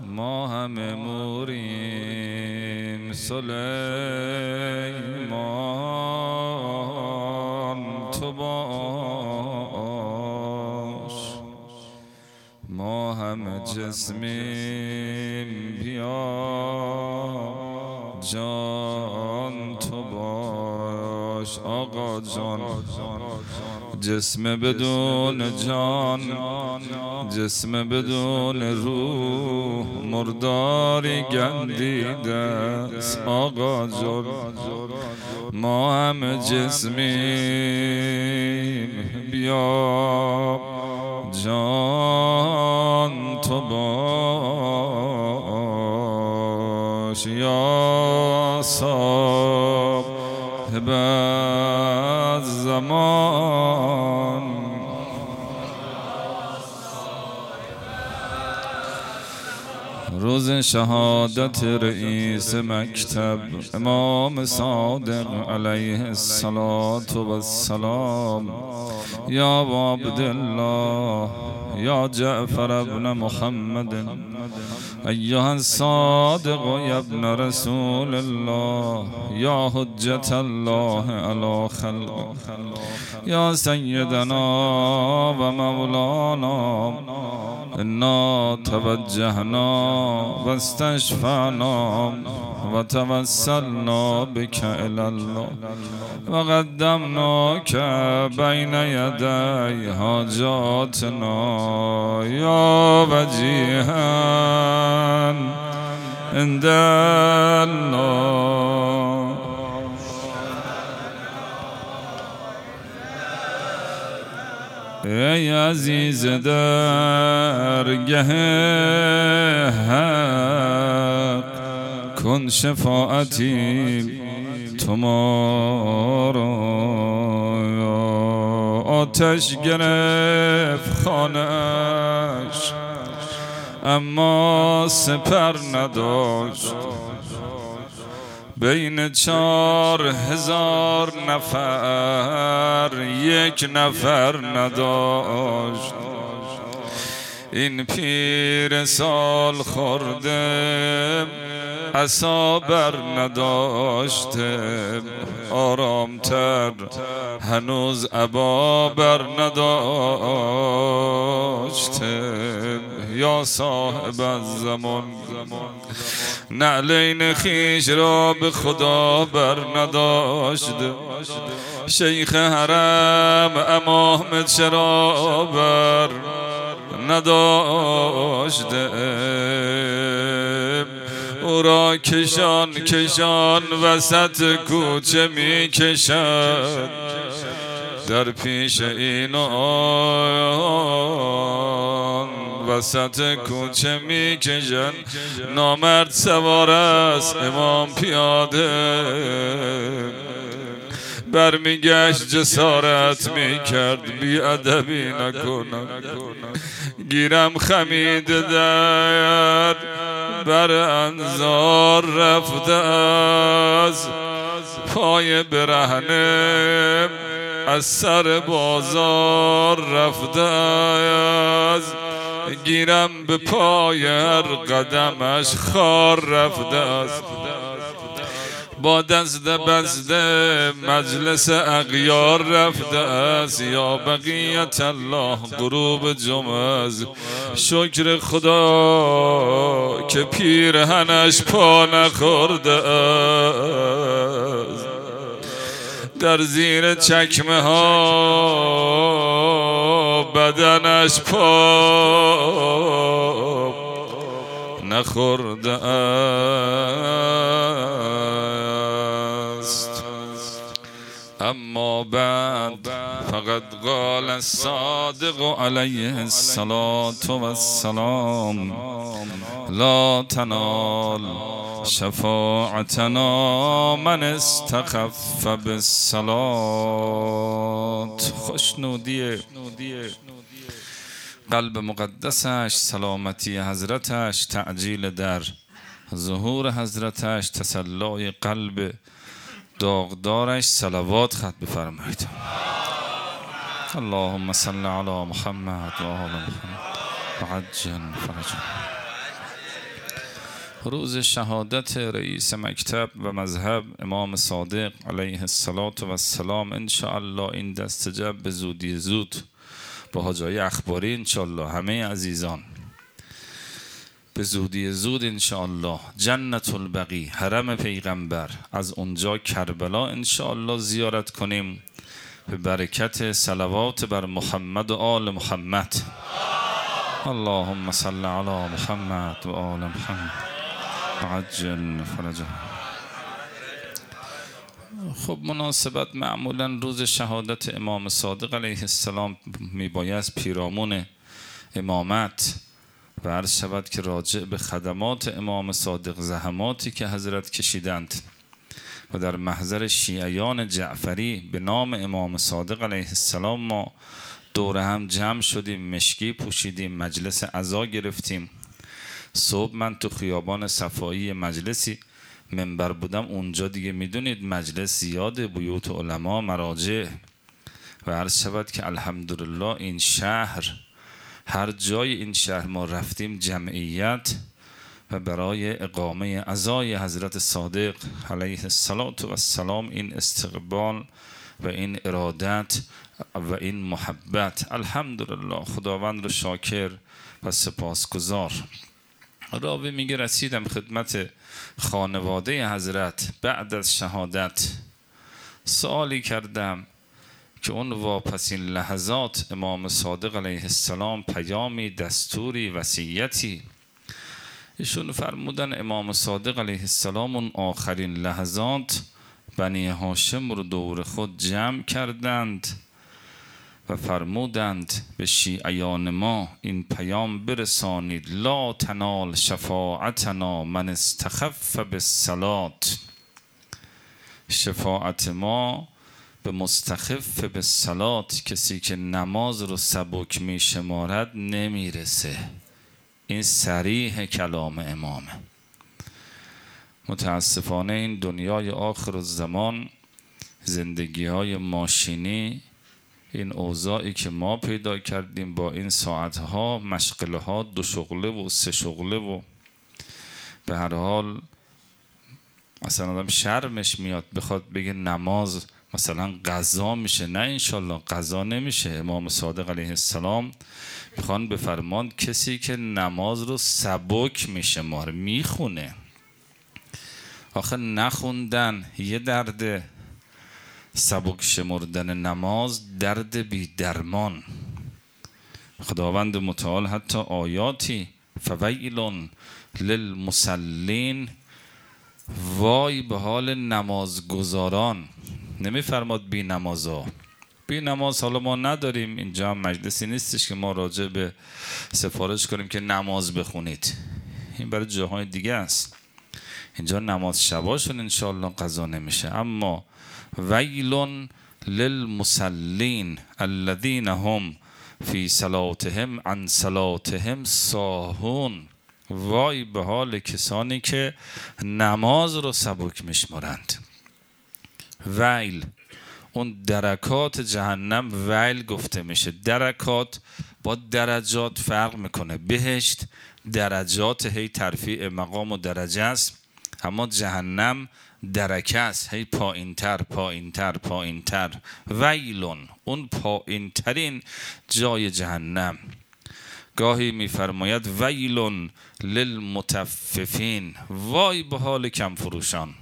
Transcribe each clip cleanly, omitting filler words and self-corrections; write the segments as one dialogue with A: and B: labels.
A: ما همه موریم سلیمان تو باش، ما همه جسمیم بیا جان تو باش. آقا جان جسم بدون جان، جسم بدون روح مرداری گندیده است. آقا جان ما همه جسمیم بیا جان تو باش. یا صاحب الزمان روز شهادت رئیس مکتب امام صادق علیه السلام، یا عبدالله یا جعفر ابن محمد ایها الصادق یا ابن رسول الله یا حجت الله علی خلق یا سیدنا و مولانا انا توجهنا و استشفعنا و توسلنا بک الی الله و قدمناک بین یدی حاجاتنا یا وجیها عند الله. ای عزیز درگه حق کن شفاعتی تو ما را. آتش گرفت خانه‌اش اما سپر نداشت، بین 4000 نفر یک نفر نداشت. این پیر سال خورده عصا بر نداشته، آرامتر هنوز عبا بر نداشته. یا صاحب الزمان نعلین خیش را به خدا بر نداشته، شیخ حرم امام چرا بر نداشته. او را کشان وسط کوچه می کشد، در پیش اینان وسط کوچه می کشد. نامرد سوار است امام پیاده، برمیگشت جسارت میکرد بیادبی نکنم. گیرم خمید در بر انظار رفته از پای برهنه، از سر بازار رفته از گیرم به پای هر قدمش خار رفته است. با دست بسته مجلس اغیار رفته است. یا بقیت الله غروب جمعه، شکر خدا که پیرهنش پا نخورده است، در زیر چکمه ها بدنش پا نخورده است. اما بعد فقد قال الصادق علیه السلام لا تنال شفاعتنا من استخف بالصلات. خوشنودی قلب مقدسش، سلامتی حضرتش، تعجیل در ظهور حضرتش، تسلای قلب داغدارش صلوات خط بفرمایید. اللهم صل علی محمد و آل محمد و عجل فرجهم. روز شهادت رئیس مکتب و مذهب امام صادق علیه السلام انشاءالله این دستجب به زودی زود با حاجای اخباری انشاءالله همه عزیزان به زودی زود انشاءالله جنت البقیع حرم پیغمبر از اونجا کربلا انشاءالله زیارت کنیم به برکت صلوات بر محمد و آل محمد. اللهم صل علی محمد و آل محمد عجل فرجه. خب مناسبت معمولا روز شهادت امام صادق علیه السلام میبایست پیرامون امامت و عرض شود که راجع به خدمات امام صادق زحماتی که حضرت کشیدند و در محضر شیعیان جعفری به نام امام صادق علیه السلام ما دور هم جمع شدیم، مشکی پوشیدیم، مجلس عزا گرفتیم. صبح من تو خیابان صفایی مجلسی منبر بودم، اونجا دیگه میدونید مجلس زیاده، بیوت علما، مراجع و عرض شود که الحمدلله این شهر، هر جای این شهر ما رفتیم جمعیت و برای اقامه عزای حضرت صادق علیه السلام این استقبال و این ارادت و این محبت، الحمدلله خداوند رو شاکر و سپاسگزار. راوی میگه رسیدم خدمت خانواده حضرت بعد از شهادت، سوالی کردم که اون واپسین لحظات امام صادق علیه السلام پیامی، دستوری، وصیتی، ایشون فرمودن امام صادق علیه السلام اون آخرین لحظات بنی هاشم رو دور خود جمع کردند و فرمودند به شیعیان ما این پیام برسانید: لا تنال شفاعتنا من استخف بالصلاة. شفاعت ما به مستخف به صلات، کسی که نماز رو سبک می شمارد نمیرسه. این صریح کلام امامه. متاسفانه این دنیای آخر الزمان، زندگی های ماشینی، این اوضاعی که ما پیدا کردیم با این ساعتها، مشغله ها، 2 شغله و 3 شغله و به هر حال اصلا آدم شرمش میاد بخواد بگه نماز مثلا قضا میشه. نه انشالله قضا نمیشه. امام صادق علیه السلام میخوان بفرمان کسی که نماز رو سبک میشماره میخونه. آخه نخوندن یه درد، سبک شمردن نماز درد بی درمان. خداوند متعال حتی آیاتی فویل للمصلین، وای به حال نمازگزاران، نمیفرماد بی نمازا. بی نماز حالا ما نداریم، اینجا هم مجلسی نیستش که ما راجع به سفارش کنیم که نماز بخونید، این برای جاهای دیگه است. اینجا نماز شباشون انشاءالله قضا نمیشه. اما ویل للمصلین الذین هم فی صلاتهم عن صلاتهم ساهون، وای به حال کسانی که نماز رو سبک میشمارند. ویل، اون درکات جهنم ویل گفته میشه. درکات با درجات فرق میکنه. بهشت درجات، هی ترفیع مقام و درجه است، اما جهنم درکه است، هی پایین تر پایین تر پایین تر. ویلون، اون پایین ترین جای جهنم. گاهی میفرماید ویلون للمطففین، وای به حال کم فروشان،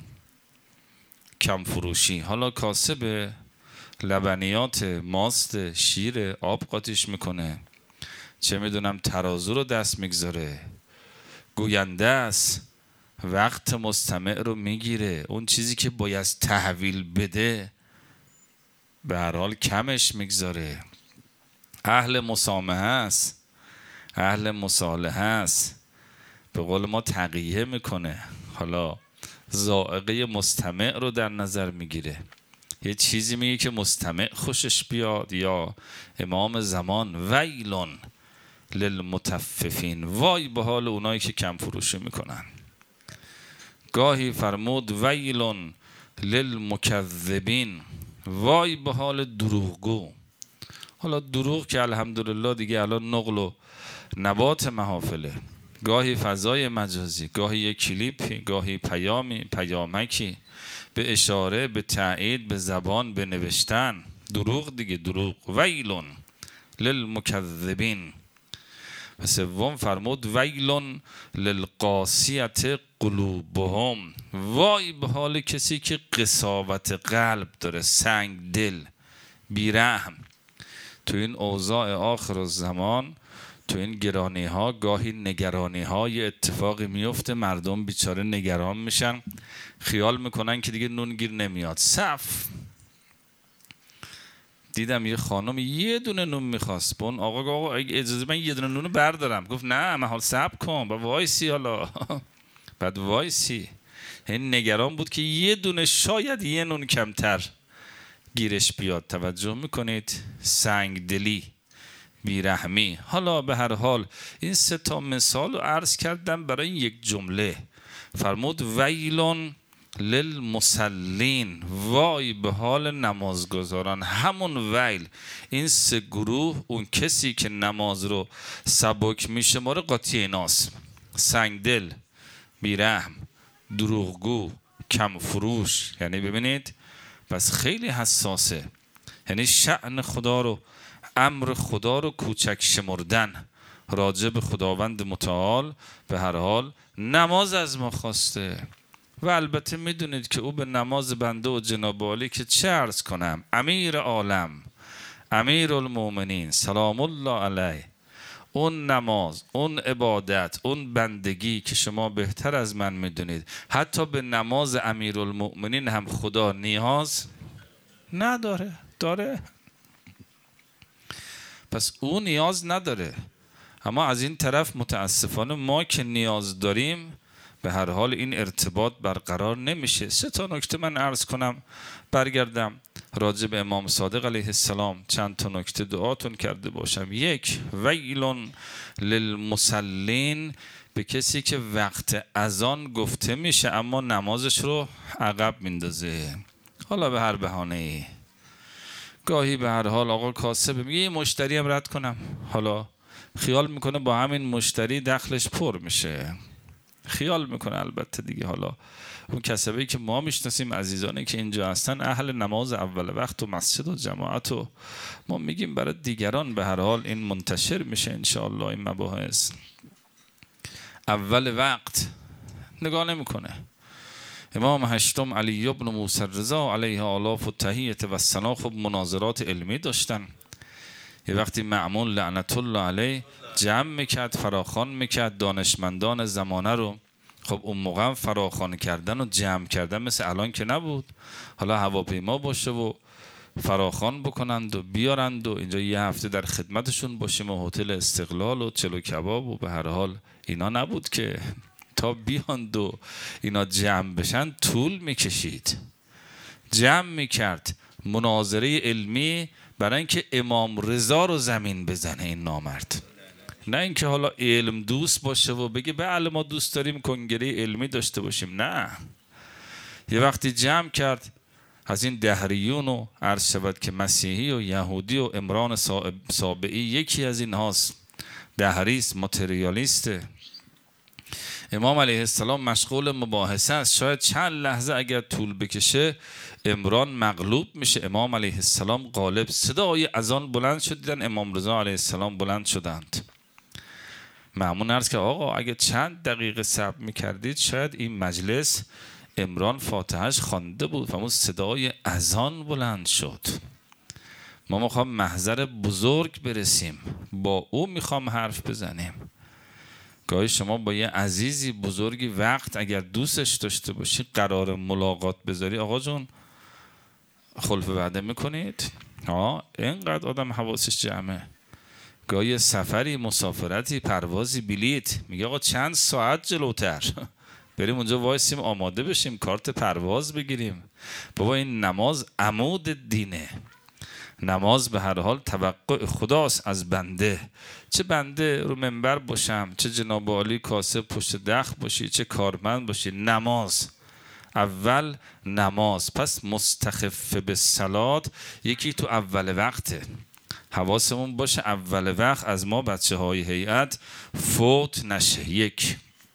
A: کم فروشی. حالا کاسب لبنیات، ماست، شیر، آب قاطیش میکنه، چه میدونم ترازو رو دست میگذاره، گوینده است، وقت مستمع رو میگیره، اون چیزی که باید تحویل بده به هر حال کمش میگذاره. اهل مسامحه است، اهل مصالحه است، به قول ما تقیه میکنه. حالا ذائقه مستمع رو در نظر میگیره، یه چیزی میگه که مستمع خوشش بیاد. یا امام زمان ویلون للمطففین، وای به حال اونایی که کم فروشی میکنن. گاهی فرمود ویلون للمکذبین، وای به حال دروغگو. حالا دروغ که الحمدلله دیگه الان نقل و نبات محافله، گاهی فضای مجازی، گاهی یک کلیپی، گاهی پیامی، پیامکی، به اشاره، به تایید، به زبان، به نوشتن. دروغ دیگه، دروغ. ویلون للمکذبین. و سوم فرمود ویلون للقاسیة قلوبهم. وای به حال کسی که قساوت قلب داره، سنگ دل، بیرحم. تو این اوضاع آخر الزمان، تو این گرانی ها، گاهی نگرانی ها، یه اتفاقی میفته، مردم بیچاره نگران میشن، خیال میکنن که دیگه نون گیر نمیاد. صف دیدم یه خانم یه دونه نون میخواست، با اون آقا اجازه من یه دونه نون بردارم. گفت نه من حال صبر کن، با وایسی حالا. بعد وایسی، این نگران بود که یه دونه شاید یه نون کمتر گیرش بیاد. توجه میکنید؟ سنگ دلی، بیرحمی. حالا به هر حال این 3 تا مثال رو عرض کردم برای یک جمله. فرمود ویلون للمصلین. وای به حال نمازگزاران. همون ویل، این 3 گروه، اون کسی که نماز رو سبک میشه ماره قاطی ایناست: سنگدل، بیرحم، دروغگو، کم فروش. یعنی ببینید پس خیلی حساسه، یعنی شأن خدا رو، امر خدا رو کوچک شمردن راجع به خداوند متعال. به هر حال نماز از ما خواسته و البته میدونید که او به نماز بنده و جناب عالی که چه عرض کنم، امیر عالم، امیر المؤمنین سلام الله علیه، اون نماز، اون عبادت، اون بندگی که شما بهتر از من میدونید، حتی به نماز امیر المؤمنین هم خدا نیاز نداره. داره؟ پس او نیاز نداره. اما از این طرف متاسفانه ما که نیاز داریم به هر حال این ارتباط برقرار نمیشه. 3 تا نکته من عرض کنم، برگردم راجع به امام صادق علیه السلام چند تا نکته دعاتون کرده باشم. 1 ویلون للمصلین، به کسی که وقت اذان گفته میشه اما نمازش رو عقب میندازه، حالا به هر بهانه‌ای. گاهی به هر حال آقا کاسب میگه یه مشتری هم رد کنم، حالا خیال میکنه با همین مشتری دخلش پر میشه، خیال میکنه. البته دیگه حالا اون کسبه‌ای که ما میشناسیم، عزیزانی که اینجا هستن، اهل نماز اول وقت و مسجد و جماعت، و ما میگیم برای دیگران به هر حال این منتشر میشه انشاءالله این مباحث. اول وقت نگاه نمیکنه. امام هشتم علی ابن موسی رضا علیه آلاف و تحیت و ثنا، خب مناظرات علمی داشتن. یه وقتی مأمون لعنت الله علیه جمع میکرد، فراخوان میکرد دانشمندان زمانه رو. خب اون موقع هم فراخوان کردن و جمع کردن مثل الان که نبود. حالا هواپیما باشه و فراخوان بکنند و بیارند و اینجا یه هفته در خدمتشون باشیم و هتل استقلال و چلو کباب و به هر حال اینا نبود که تا بیاند و اینا جمع بشن طول میکشید. جمع میکرد مناظره علمی برای اینکه امام رضا رو زمین بزنه این نامرد، نه اینکه حالا علم دوست باشه و بگه بله ما دوست داریم کنگره علمی داشته باشیم. نه، یه وقتی جمع کرد از این دهریون و عرض شود که مسیحی و یهودی و عمران سابعی یکی از این هاست، دهریست، ماتریالیسته. امام علیه السلام مشغول مباحثه است، شاید چند لحظه اگر طول بکشه عمران مغلوب میشه، امام علیه السلام غالب. صدای اذان بلند شد، دیدن امام رضا علیه السلام بلند شدند. مأمون عرض که آقا اگه چند دقیقه صبر میکردید شاید این مجلس عمران فاتحهش خوانده بود. فرمود صدای اذان بلند شد، ما میخوام محضر بزرگ برسیم، با او میخوام حرف بزنیم. گاهی شما با یه عزیزی بزرگی وقت اگر دوستش داشته باشی، قرار ملاقات بذاری، آقا جون خلف وعده میکنید؟ اینقدر آدم حواسش جمعه. گاهی سفری، مسافرتی، پروازی، بلیت، میگه آقا چند ساعت جلوتر بریم اونجا وایسیم آماده بشیم کارت پرواز بگیریم. بابا این نماز عمود دینه. نماز به هر حال توقع خداست از بنده، چه بنده رو منبر باشم، چه جناب عالی کاسب پشت دخ باشی، چه کارمند باشی، نماز اول نماز. پس مستخف به صلات یکی تو اول وقته، حواسمون باشه اول وقت از ما بچه های هیئت فوت نشه. یک.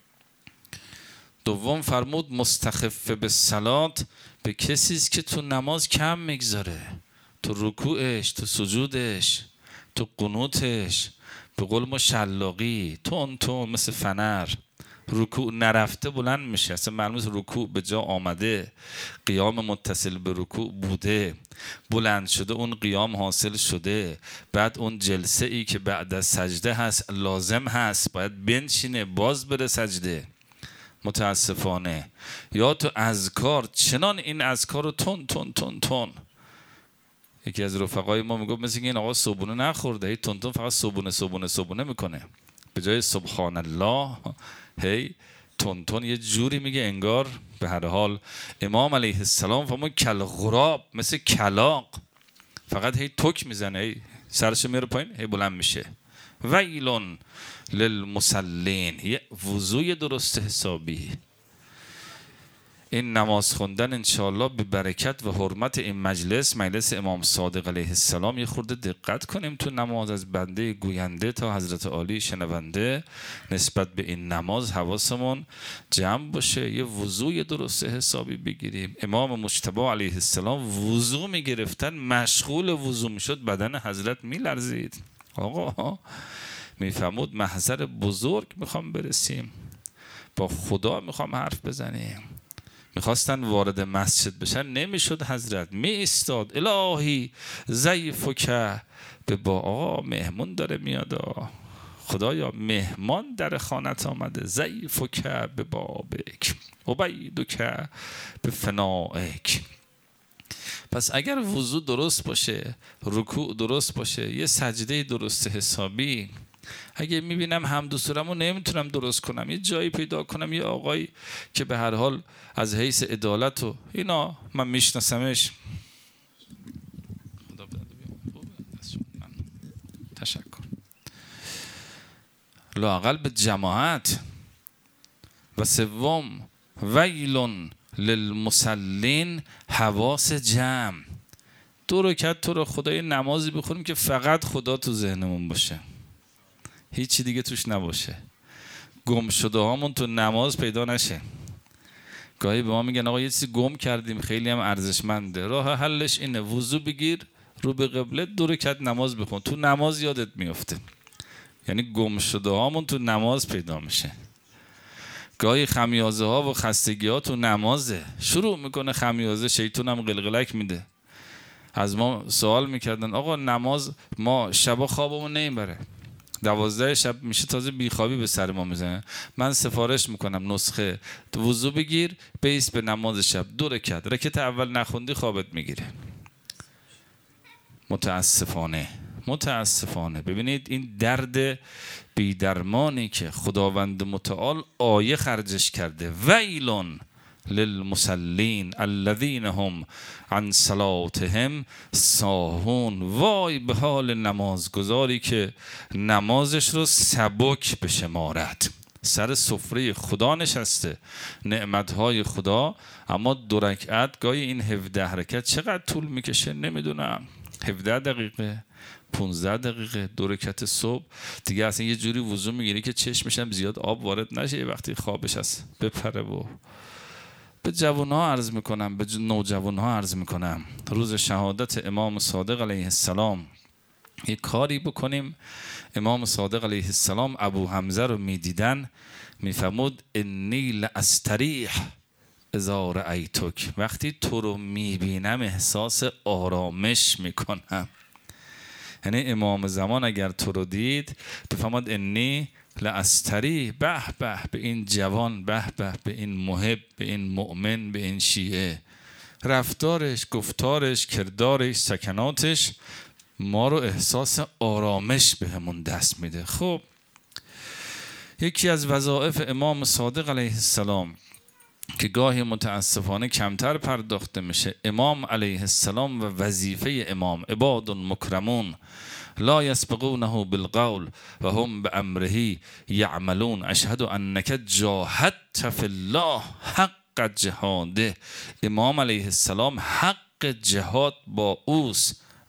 A: دوم فرمود مستخف به صلات، به کسی است که تو نماز کم میگذاره، تو رکوعش، تو سجودش، تو قنوتش، به قول ما شلاقی تون مثل فنر، رکوع نرفته بلند میشه، اصلا معلومه رکوع به جا آمده، قیام متصل به رکوع بوده، بلند شده، اون قیام حاصل شده، بعد اون جلسه ای که بعد از سجده هست لازم هست، باید بنشینه باز بره سجده. متاسفانه یا تو اذکار چنان این اذکار رو تون. یکی از رفقای ما میگفت مثل این آقا صبونه نخورده، هی تون فقط صبونه میکنه، به جای سبحان الله هی تون یه جوری میگه انگار. به هر حال امام علیه السلام فهمون کل غراب، مثل کلاغ، فقط هی تک میزنه، هی سرش میره پایین، هی بلند میشه. ویلون للمصلین، یه وضوی درست حسابی. این نماز خوندن انشاءالله به برکت و حرمت این مجلس امام صادق علیه السلام یه خورده دقت کنیم تو نماز، از بنده گوینده تا حضرت عالی شنونده نسبت به این نماز حواسمون جمع باشه، یه وضوی درست حسابی بگیریم. امام مجتبی علیه السلام وضو میگرفتن، مشغول وضو میشد بدن حضرت میلرزید. آقا میفهمود محضر بزرگ میخوام برسیم، با خدا میخوام حرف بزنیم. میخواستن وارد مسجد بشن، نمیشد، حضرت می ایستاد. الهی ضیفک به با، آقا مهمون داره میاد، خدایا مهمان در خانت آمده، ضیفک به بابک عبیدک به فنائک. پس اگر وضو درست باشه، رکوع درست باشه، یه سجده درست حسابی، اگه میبینم حمد و سوره‌مو نمیتونم درست کنم، یه جایی پیدا کنم، یه آقایی که به هر حال از حیث عدالت و اینا من میشناسمش، تشکر، لااقل به جماعت. و سوم ویلون للمصلین، حواس جمع. 2 رکعت تو رو خدای نمازی بخونیم که فقط خدا تو ذهنمون باشه، هیچی دیگه توش نباشه، گم شده هامون تو نماز پیدا نشه. گاهی به ما میگن آقا یه چیزی گم کردیم خیلی هم ارزشمنده، راه حلش اینه وضو بگیر، رو به قبله 2 رکعت نماز بخون، تو نماز یادت میفته. یعنی گم شده هامون تو نماز پیدا میشه. گاهی خمیازه ها و خستگی ها تو نمازه، شروع میکنه خمیازه، شیطون هم قلقلک میده. از ما سوال میکردن آقا نماز ما شبا خوابمون نمیبره، 12 شب میشه تازه بیخوابی به سر ما میزنه. من سفارش میکنم نسخه، وضو بگیر بیس به نماز شب 2 رکعت، رکعت اول نخوندی خوابت میگیره. متاسفانه ببینید این درد بیدرمانی که خداوند متعال آیه خرجش کرده، ویلون للمصلین الذین هم عن صلاتهم ساهون. وای به حال نمازگزاری که نمازش رو سبک بشمارد، سر سفره خدا نشسته، نعمتهای خدا، اما 2 رکعت گاهی این 17 رکعت چقدر طول میکشه نمیدونم، 17 دقیقه 15 دقیقه 2 رکعت صبح دیگه، اصلا یه جوری وضو میگیری که چشمش هم زیاد آب وارد نشه، یه وقتی خوابش هست بپره. و به جوانها عرض میکنم، به نوجوانها عرض میکنم، روز شهادت امام صادق علیه السلام یه کاری بکنیم. امام صادق علیه السلام ابو حمزه رو میدیدن، میفرمود انی لاستریح اذا رأیتک، وقتی تو رو میبینم احساس آرامش میکنم. یعنی امام زمان اگر تو رو دید بفرماد انی لاستریح، به به به این جوان، به به به این محب، به این مؤمن، به این شیعه، رفتارش، گفتارش، کردارش، سکناتش ما رو احساس آرامش بهمون دست میده. خب یکی از وظایف امام صادق علیه السلام که گاهی متاسفانه کمتر پرداخته میشه، امام علیه السلام و وظیفه امام، عباد مکرمون لا یسبقونه بالقول و هم بامره یعملون، اشهد انک جاهدت فی الله حق جهاده. امام علیه السلام حق جهاد با اوست،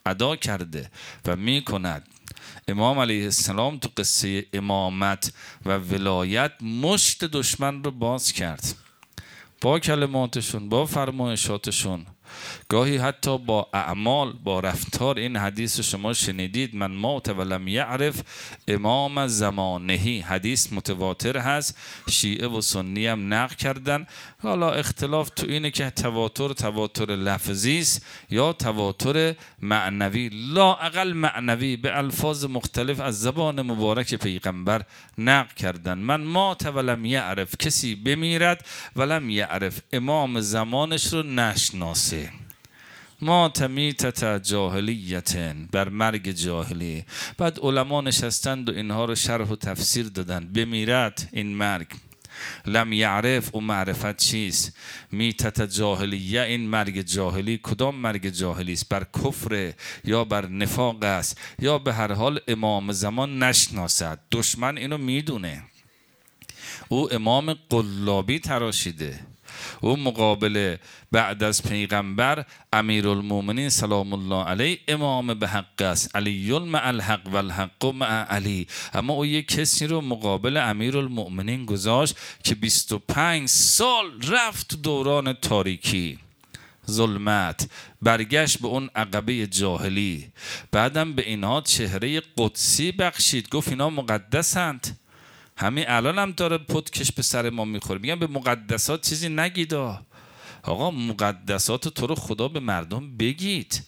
A: ادا کرده و میکند. امام علیه السلام تو قصه امامت و ولایت مشت دشمن رو باز کرد با کلماتشون، با فرمایشاتشون، گاهی حتی با اعمال، با رفتار. این حدیث شما شنیدید، من مات ولم یعرف امام زمانهی، حدیث متواتر هست، شیعه و سنی هم نقل کردن. حالا اختلاف تو اینه که تواتر لفظی است یا تواتر معنوی، لااقل معنوی به الفاظ مختلف از زبان مبارک پیغمبر نقل کردن. من مات ولم یعرف، کسی بمیرد ولم یعرف، امام زمانش رو نشناسه. مات میتة جاهلیتن، بر مرگ جاهلی. بعد علما نشستند و اینها رو شرح و تفسیر دادن. بمیرد این مرگ، لم یعرف و معرفت چیست، میتة جاهلیه این مرگ جاهلی کدام مرگ جاهلی است؟ بر کفر یا بر نفاق است یا به هر حال امام زمان نشناسد. دشمن اینو میدونه، او امام قلابی تراشیده، او مقابل بعد از پیغمبر امیرالمومنین سلام الله علیه امام به حق است، علی مع الحق و الحق مع علی. اما او یک کسی رو مقابل امیرالمومنین گذاشت که 25 سال رفت دوران تاریکی، ظلمت، برگشت به اون عقبه جاهلی. بعدم به اینها چهره قدسی بخشید، گفت اینا مقدسند. همین الان هم داره پتکش به سر ما میخوره، میگن به مقدسات چیزی نگیدا. آقا مقدسات تو رو خدا به مردم بگید.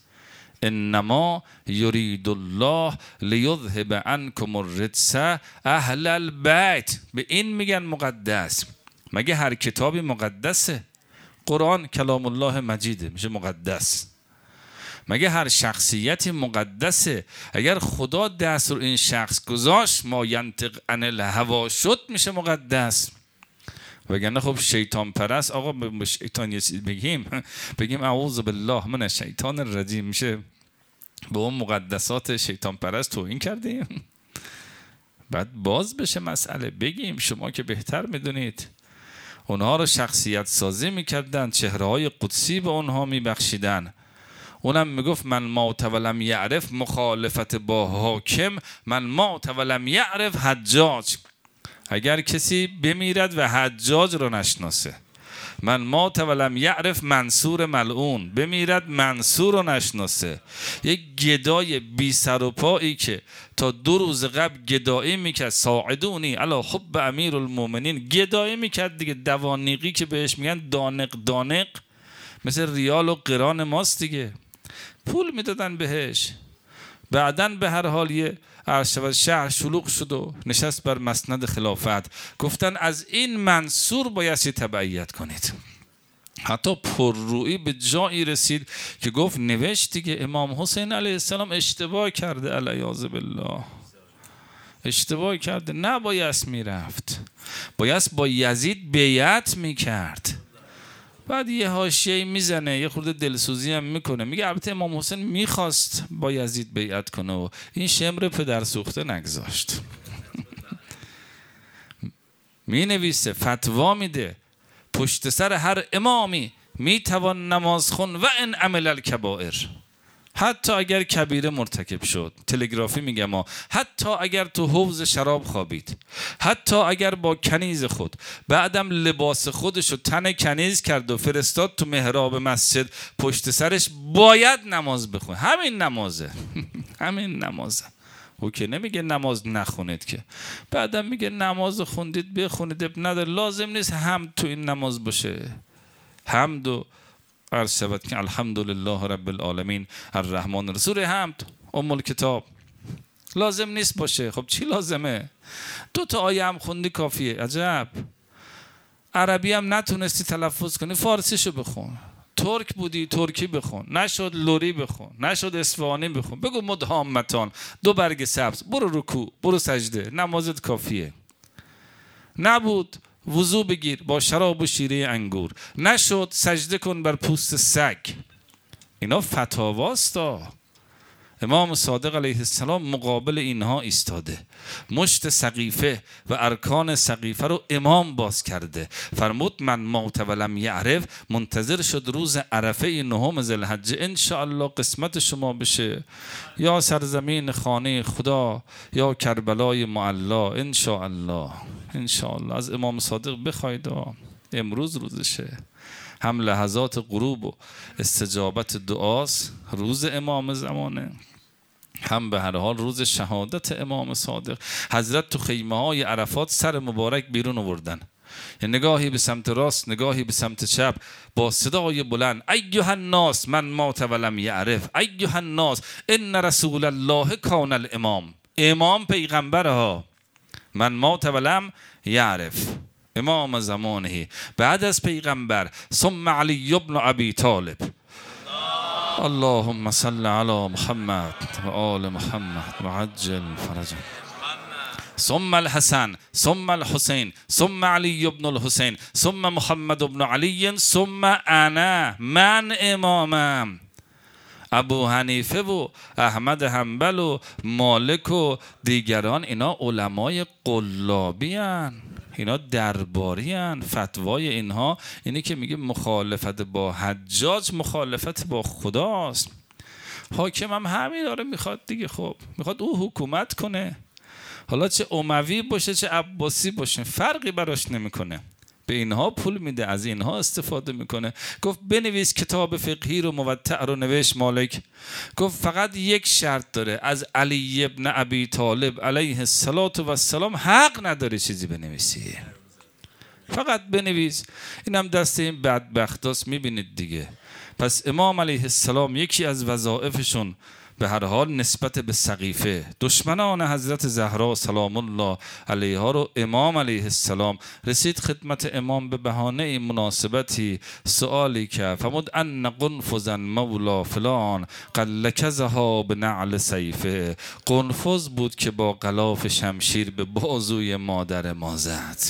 A: انما یرید الله لیذهب عنکم الرجس اهل البیت، به این میگن مقدس. مگه هر کتابی مقدسه؟ قرآن کلام الله مجیده میشه مقدس. مگه هر شخصیتی مقدسه؟ اگر خدا دست رو این شخص گذاشت ما ینطق عن الهوا شد میشه مقدس. وگرنه خب شیطان پرست، آقا به شیطان یه چیز بگیم اعوذ بالله من الشیطان الرجیم، میشه به اون مقدسات شیطان پرست توهین کردیم. بعد باز بشه مسئله، بگیم شما که بهتر میدونید. اونها رو شخصیت سازی میکردن، چهره‌های قدسی به اونها میبخشیدن. اونم میگفت من مات ولم یعرف، مخالفت با حاکم، من مات ولم یعرف حجاج. اگر کسی بمیرد و حجاج رو نشناسه، من مات ولم یعرف منصور ملعون، بمیرد منصور رو نشناسه. یک گدای بی سر و پایی که تا 2 روز قبل گدایی میکرد، ساعدونی علی حب امیرالمومنین، گدایی میکرد دیگه، دوانیقی که بهش میگن دانق، مثل ریال و قران ماست دیگه، پول میدادن بهش. بعدن به هر حال یه شهر شلوغ شد و نشست بر مسند خلافت، گفتن از این منصور بایستی تبعیت کنید. حتی پررویی به جایی رسید که گفت نوشت دیگه امام حسین علیه السلام اشتباه کرده، علیاذ بالله اشتباه کرده، نبایست میرفت، بایست با یزید بیعت میکرد. بعد یه حاشیه‌ای میزنه، یه خورده دلسوزی هم میکنه، میگه البته امام حسین میخواست با یزید بیعت کنه و این شمر پدر سوخته نگذاشت. مینویسه، فتوا میده، پشت سر هر امامی میتوان نماز خون و ان عمل الکبائر، حتی اگر کبیره مرتکب شد. تلگرافی میگم ما، حتی اگر تو حوض شراب خوابید، حتی اگر با کنیز خود بعدم لباس خودشو تن کنیز کرد و فرستاد تو محراب مسجد، پشت سرش باید نماز بخونه. همین نمازه. همین نمازه. او که نمیگه نماز نخونید که، بعدم میگه نماز خوندید بخونید، اب نداره، لازم نیست هم تو این نماز باشه. حمد و عرض شود که الحمدلله رب العالمین الرحمن الرحیم، حمد ام الکتاب لازم نیست باشه. خب چی لازمه؟ 2 تا آیه هم خوندی کافیه. عجب. عربی هم نتونستی تلفظ کنی، فارسیشو بخون. ترک بودی ترکی بخون، نشد لوری بخون، نشد اصفهانی بخون، بگو مدهامتان 2 برگ سبز، برو رکوع، برو سجده، نمازت کافیه. نبود وضو بگیر با شراب و شیره انگور، نشد سجده کن بر پوست سگ. اینا فتاواستا، امام صادق علیه السلام مقابل اینها ایستاده، مشت سقیفه و ارکان سقیفه رو امام باز کرده. فرمود من مات ولم یعرف، منتظر شد روز عرفه 9 ذوالحجه ان شاء الله قسمت شما بشه، یا سرزمین خانه خدا یا کربلای معلا ان شاء الله. ان شاء الله از امام صادق بخواید، امروز روزشه. هم لحظات غروب و استجابت دعاست، روز امام زمانه، هم به هر حال روز شهادت امام صادق. حضرت تو خیمه های عرفات سر مبارک بیرون آوردن، نگاهی به سمت راست نگاهی به سمت چپ، با صدای بلند ایها الناس من مات ولم یعرف، ایها الناس ان رسول الله کان الامام. امام پیغمبرها، من مات ولم یعرف، امام زمانه بعد از پیغمبر، ثم علی بن ابی طالب. اللهم صل علی محمد و آل محمد و عجل فرجهم. ثم الحسن ثم الحسین ثم علی بن الحسین ثم محمد بن علی ثم انا، من امامم. ابو حنیفه و احمد حنبل و مالک و دیگران اینا علمای قلابی هن، اینا درباری هن. فتوای اینها اینی که میگه مخالفت با حجاج مخالفت با خداست. حاکم هم همین داره میخواد دیگه، خب میخواد او حکومت کنه، حالا چه اموی باشه چه عباسی باشه فرقی براش نمیکنه، به اینها پول میده، از اینها استفاده میکنه. گفت بنویس کتاب فقهی رو موطأ رو نوشت مالک، گفت فقط یک شرط داره، از علی ابن ابی طالب علیه السلام حق نداره چیزی بنویسی، فقط بنویس. اینم دست این بدبختاست، میبینید دیگه. پس امام علیه السلام یکی از وظایفشون به هر حال نسبت به سقیفه، دشمنان حضرت زهرا سلام الله علیها رو امام علیه السلام رسید خدمت امام به بهانه مناسبتی سوالی که فرمود ان قنفذا مولا فلان قلکزها به نعل سیفه. قنفذ بود که با غلاف شمشیر به بازوی مادر ما زد،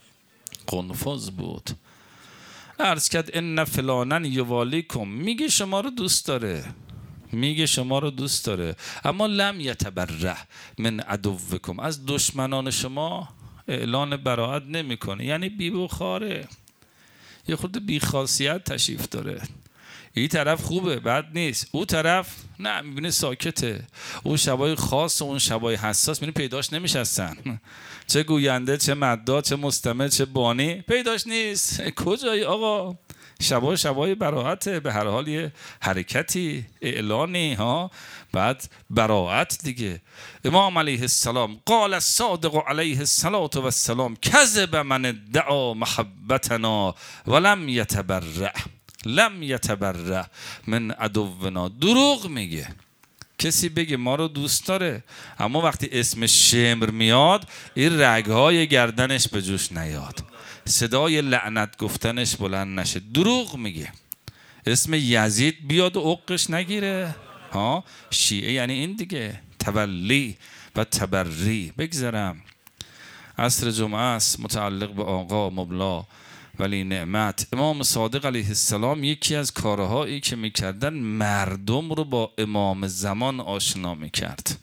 A: قنفذ بود. عرض کرد ان فلانن یوالیکم، میگه شما رو دوست داره، میگه شما رو دوست داره، اما لم یتبرأ من عدوکم، از دشمنان شما اعلان براءت نمیکنه، یعنی بی بخاره، یه خورده بی خاصیت تشریف داره. این طرف خوبه بد نیست، اون طرف نه، میبینه ساکته. اون شبای خاص و اون شبای حساس میبینه پیداش نمیشستن، چه گوینده چه مدعا چه مستمع چه بانی پیداش نیست. کجایی آقا؟ شبای براءته، به هر حال یه حرکتی اعلانی ها، بعد براءت دیگه. امام علیه السلام قال الصادق علیه السلام کذب من ادعا محبتنا ولم یتبرأ، لم یتبرأ من عدونا. دروغ میگه. کسی بگه ما رو دوست داره اما وقتی اسم شمر میاد این رگهای گردنش به جوش نیاد، صدای لعنت گفتنش بلند نشه، دروغ میگه. اسم یزید بیاد و عقش نگیره ها، شیعه یعنی این دیگه، تولی و تبری. بگذرم عصر جمعه است، متعلق به آقا مبلا ولی نعمت. امام صادق علیه السلام یکی از کارهایی که میکردن مردم رو با امام زمان آشنا میکرد.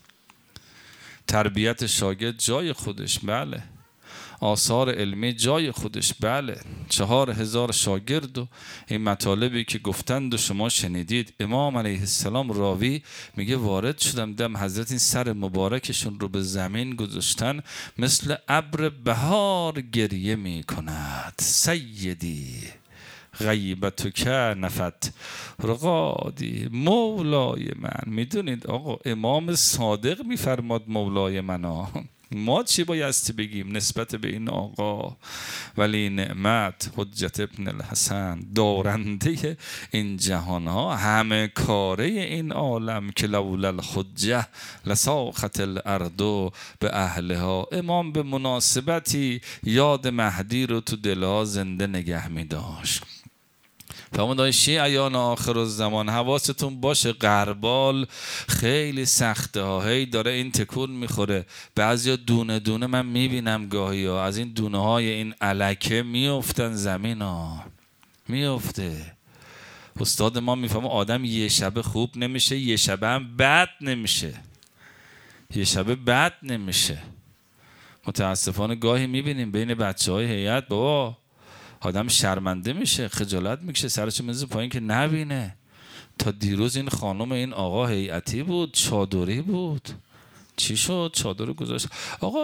A: تربیت شاگرد جای خودش، بله، آثار علمی جای خودش، بله، 4000 شاگرد و این مطالبی که گفتند و شما شنیدید. امام علیه السلام راوی میگه وارد شدم دم حضرت این سر مبارکشون رو به زمین گذاشتن، مثل ابر بهار گریه میکند. سیدی غیبتک نفت رقادی، مولای من. میدونید آقا امام صادق میفرماد مولای من ما چی بایستی بگیم نسبت به این آقا ولی نعمت حجت ابن الحسن، دارنده این جهان ها، همه کاره این عالم، که لولا الحجه لساخت الارض به اهلها. امام به مناسبتی یاد مهدی رو تو دلها زنده نگه می داشت. فرمود شیعیان آخر الزمان حواستون باشه، غربال خیلی سخته ها، هی داره این تکون میخوره. بعضیا دونه دونه من میبینم گاهی ها از این دونه های این الکه میافتن زمین ها، میافته. استاد ما میفهمه آدم یه شب خوب نمیشه، یه شب هم بد نمیشه، یه شب بد نمیشه. متاسفانه گاهی میبینیم بین بچه‌های هیئت بابا آدم شرمنده میشه، خجالت میکشه، سرش میذاره پایین که نبینه. تا دیروز این خانم این آقا هیئتی بود، چادری بود، چی شد؟ چادر گذاشت. آقا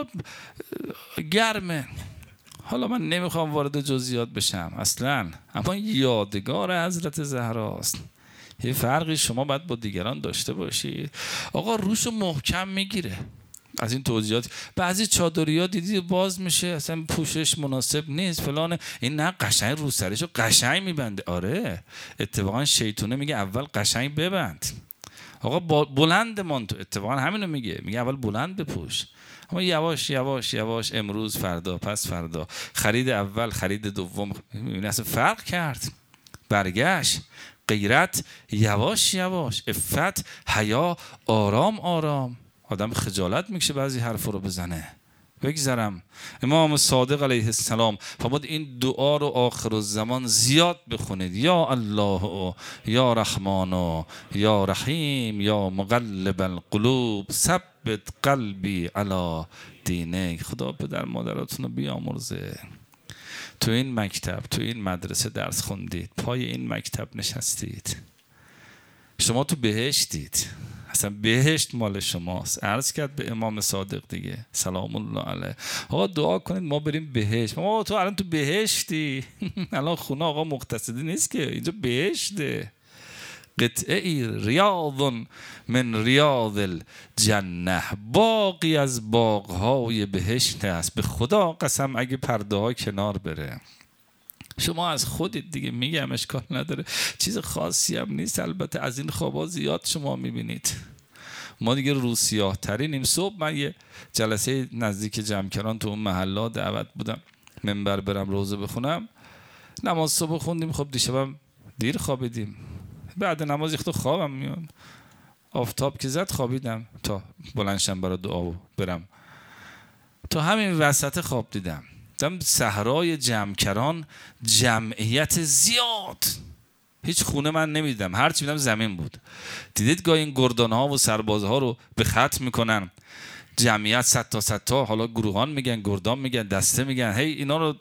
A: گرمه. حالا من نمیخوام وارد جزئیات بشم اصلا، اما یادگار حضرت زهراست. یه فرقی شما باید با دیگران داشته باشید. آقا روشو محکم میگیره. از این توضیحات بعضی چادریا دیدی باز میشه، اصلا پوشش مناسب نیست فلان، این نه قشنگ رو سرشو قشنگ میبنده. آره اتفاقا شیطونه میگه اول قشنگ ببند. آقا بلند مان تو، اتفاقا همینو میگه اول بلند بپوش. اما یواش یواش یواش، امروز فردا پس فردا، خرید اول خرید دوم، این اصلا فرق کرد. برگشت غیرت یواش یواش، عفت حیا آرام آرام. آدم خجالت میکشه بعضی حرف رو بزنه. بگذرم امام صادق علیه السلام فرمود این دعا رو آخر الزمان زیاد بخونید. یا الله یا رحمان یا رحیم یا مقلب القلوب ثبت قلبی علی دینک. خدا پدر مادراتون رو بیامرزه. تو این مکتب تو این مدرسه درس خوندید، پای این مکتب نشستید، شما تو بهشتید، اصلا بهشت مال شماست. عرض کرد به امام صادق دیگه سلام الله علیه، آقا دعا کنید ما بریم بهشت. ما تو الان تو بهشتی. الان خونه آقا مقتصدی نیست که، اینجا بهشته. قطعه ریاض من ریاض الجنه، باقی از باغهای بهشت است. به خدا قسم اگه پرده ها کنار بره. شما از خودت دیگه میگم اشکال نداره، چیز خاصی هم نیست. البته از این خوابا زیاد شما میبینید. ما دیگه روسیاه ترینیم. صبح من یه جلسه نزدیک جمکران تو اون محلا دعوت بودم، منبر برم روزه بخونم. نماز صبح خوندیم، خب دیشبم دیر خوابیدیم. بعد نماز یخت خوابم میاد، آفتاب که زد خوابیدم تا بلندشم برای دعا برم. تا همین وسط خواب دیدم صحرای جمکران جمعیت زیاد، هیچ خونه من نمیدیدم، هر چی دیدم زمین بود. دیدید گاهی این گردانها و سربازها رو به خط میکنن، جمعیت 100 تا، حالا گروهان میگن، گردان میگن، دسته میگن، هی اینا رو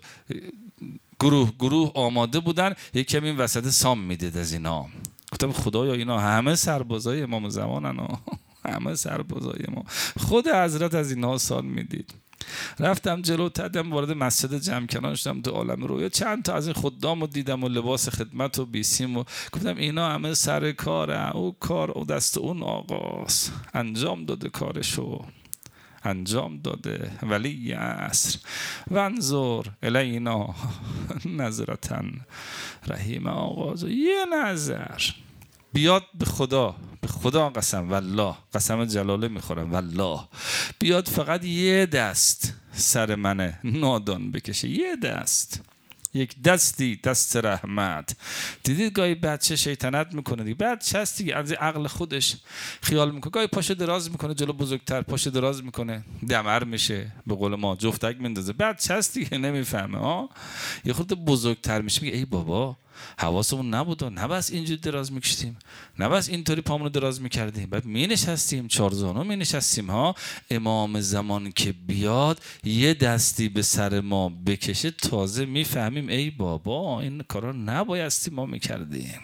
A: گروه آماده بودن. یک کمی این وسط سام میدید از اینا. گفتم خدایا اینا همه سربازای امام زمانن، همه سربازای ما. خود حضرت از اینا سال میدید. رفتم جلوتر، دیدم وارد مسجد جمکران شدم، تو عالم رویا چند تا از این خدام رو دیدم و لباس خدمت و بیسیم و گفتم اینا همه سر کاره، او کار او دست اون آقاست، انجام داده کارشو، انجام داده. ولی عصر وانظر الینا نظرتن رحیم آغاز. یه نظر بیاد به خدا قسم، والله قسم جلاله میخورم، والله بیاد فقط یه دست سر من نادان بکشه، یه دست، یک دستی، دست رحمت. دیدید گاهی بچه شیطنت میکنه دیگه، بچه هست دیگه، از عقل خودش خیال میکنه، گاهی پاشو دراز میکنه جلو بزرگتر، پاشو دراز میکنه دمر میشه، به قول ما جفتک میندازه. بچه هست دیگه نمیفهمه. یه خورده بزرگتر میشه میگه ای بابا حواسمون نبود، نه بس اینجوری دراز میکشتیم، نه بس اینطوری پامونو دراز میکردیم، بعد مینشستیم چارزانو مینشستیم. امام زمان که بیاد یه دستی به سر ما بکشه تازه میفهمیم ای بابا این کارا نبایستی ما میکردیم.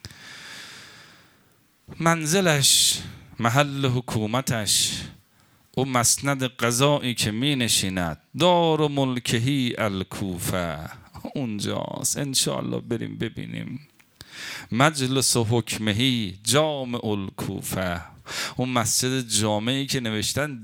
A: منزلش، محل حکومتش، او مسند قضایی که می نشیند، دار و ملکهی الکوفه، اونجاست. انشاءالله بریم ببینیم. مجلس حکمهی جامع الکوفه، اون مسجد جامعی که نوشتن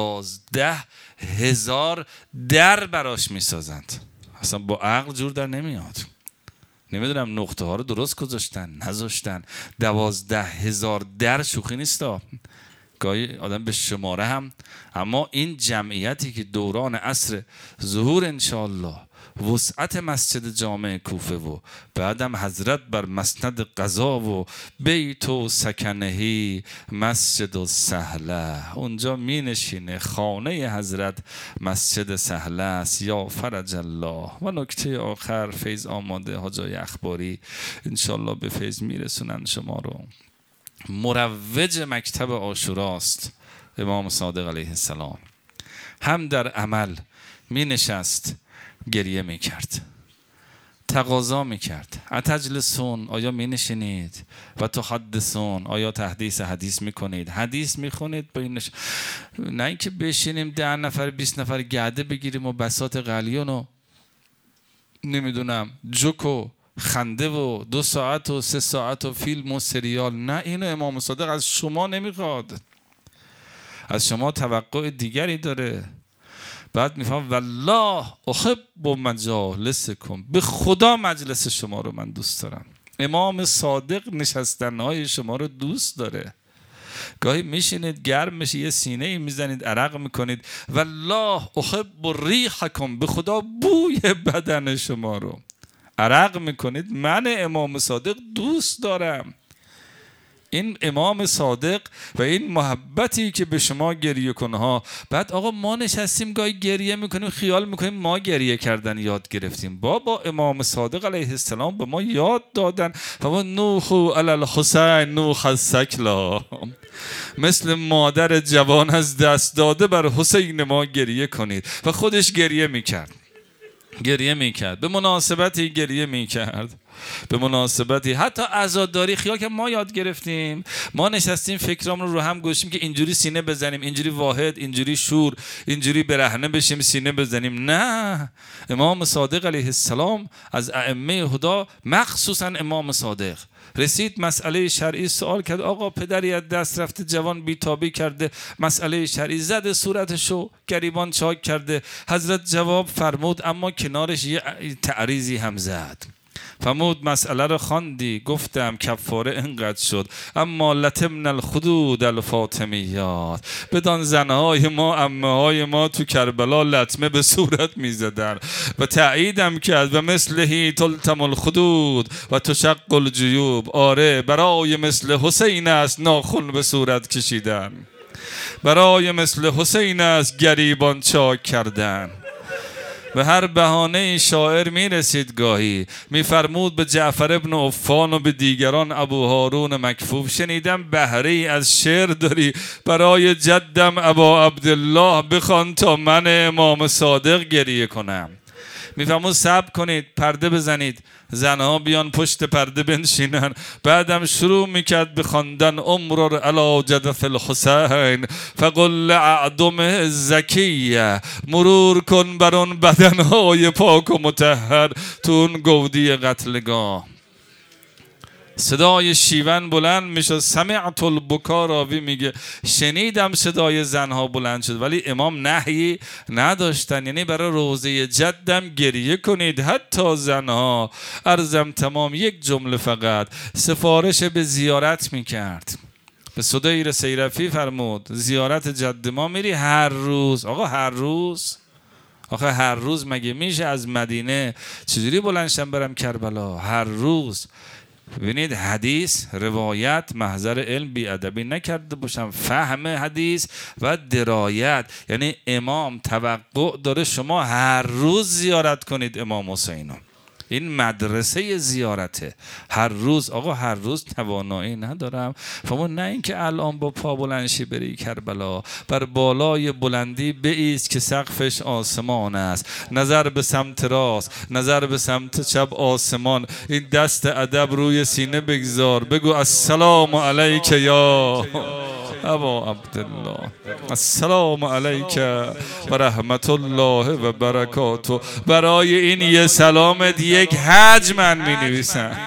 A: 12,000 در براش می سازند. اصلا با عقل جور در نمیاد. نمیدونم نقطه ها رو درست گذاشتن نذاشتن. 12,000 در شوخی نیستا. گاهی آدم به شماره هم، اما این جمعیتی که دوران عصر ظهور انشاءالله وسعت مسجد جامع کوفه و بعدم حضرت بر مسند قضا و بیت و سکنهی مسجد السهله، اونجا می نشینه، خانه حضرت مسجد سهله است. یا فرج الله. و نکته آخر، فیض آماده حاجای اخباری انشالله به فیض میرسونن شما رو. مروج مکتب عاشوراست امام صادق علیه السلام. هم در عمل می نشست گریه می کرد، تقاضا می کرد اتجلسون، آیا می نشینید؟ و تحدثون، آیا تحدیث حدیث می کنید؟ حدیث می خونید؟ نه اینکه بشینیم 10 نفر 20 نفر گرده بگیریم و بساط قلیون و نمیدونم جوک و خنده و 2 ساعت و 3 ساعت و فیلم و سریال. نه، اینو امام صادق از شما نمیخواد، از شما توقع دیگری داره. بعد میفهم والله احب مجالسکم، به خدا مجلس شما رو من دوست دارم. امام صادق نشستنهای شما رو دوست داره. گاهی میشینید گرم میشه، یه سینه میزنید، عرق میکنید، والله احب ریحکم، به خدا بوی بدن شما رو عرق میکنید. من امام صادق دوست دارم. این امام صادق و این محبتی که به شما گریه کنه ها. بعد آقا ما نشستیم گاهی گریه میکنیم، خیال میکنیم ما گریه کردن یاد گرفتیم. بابا امام صادق علیه السلام به ما یاد دادن. و نوح علی الحسین نوح السکلا، مثل مادر جوان از دست داده بر حسین ما گریه کنید. و خودش گریه میکرد، به مناسبتی گریه میکرد، به مناسبتی حتی عزاداری خیال که ما یاد گرفتیم. ما نشستیم فکرام رو هم گوشیم که اینجوری سینه بزنیم، اینجوری واحد، اینجوری شور، اینجوری برهنه بشیم سینه بزنیم. نه، امام صادق علیه السلام از ائمه هدا، مخصوصا امام صادق رسید مسئله شرعی، سوال کرد آقا پدری از دست رفته، جوان بیتابی کرده، مسئله شرعی، زده صورتشو، گریبان چاک کرده. حضرت جواب فرمود، اما کنارش یه تعریضی هم زد. فرمود مسئله رو خواندی؟ گفتم کفاره اینقدر شد، اما لتمن الخدود الفاطمیات، بدان زنهای ما، عمه های ما تو کربلا لطمه به صورت میزدن. و تأییدم کرد و مثلهی تلتم الخدود و تشق الجیوب، آره برای مثل حسین است ناخن به صورت کشیدن، برای مثل حسین است گریبان چاک کردن. به هر بهانه شاعر میرسید، گاهی میفرمود به جعفر ابن عفان و به دیگران، ابو هارون مکفوف، شنیدم بهره ای از شعر داری، برای جدم ابا عبدالله بخوان تا من امام صادق گریه کنم. میفرمود صبر کنید، پرده بزنید، زنها بیان پشت پرده بنشینن. بعدم شروع میکرد به خواندن امرر علی جدث الحسین فقل لأعدمه زکیه، مرور کن بر اون بدنهای پاک و مطهر تو اون گودی قتلگاه. صدای شیون بلند میشد. سمعت البکا، راوی میگه شنیدم صدای زنها بلند شد، ولی امام نهی نداشتن، یعنی برای روضه جدم گریه کنید حتی زنها. عرضم تمام، یک جمله فقط، سفارش به زیارت میکرد. به صدیر سیرفی فرمود زیارت جد ما میری هر روز. آقا هر روز؟ آخه هر روز مگه میشه از مدینه چجوری بلندشم برم کربلا؟ هر روز. ببینید حدیث، روایت، محضر علم بیادبی نکرده باشم، فهم حدیث و درایت. یعنی امام توقع داره شما هر روز زیارت کنید امام حسینو. این مدرسه زیارته، هر روز. آقا هر روز توانایی ندارم. فما نه اینکه الان با پا بلندشی بری کربلا، بر بالای بلندی بایست که سقفش آسمان است، نظر به سمت راست، نظر به سمت چپ آسمان، این دست ادب روی سینه بگذار، بگو السلام علیک یا ابا عبدالله، السلام علیک و رحمت الله و برکاته. برای این یه سلامت یک حج من می نویسم،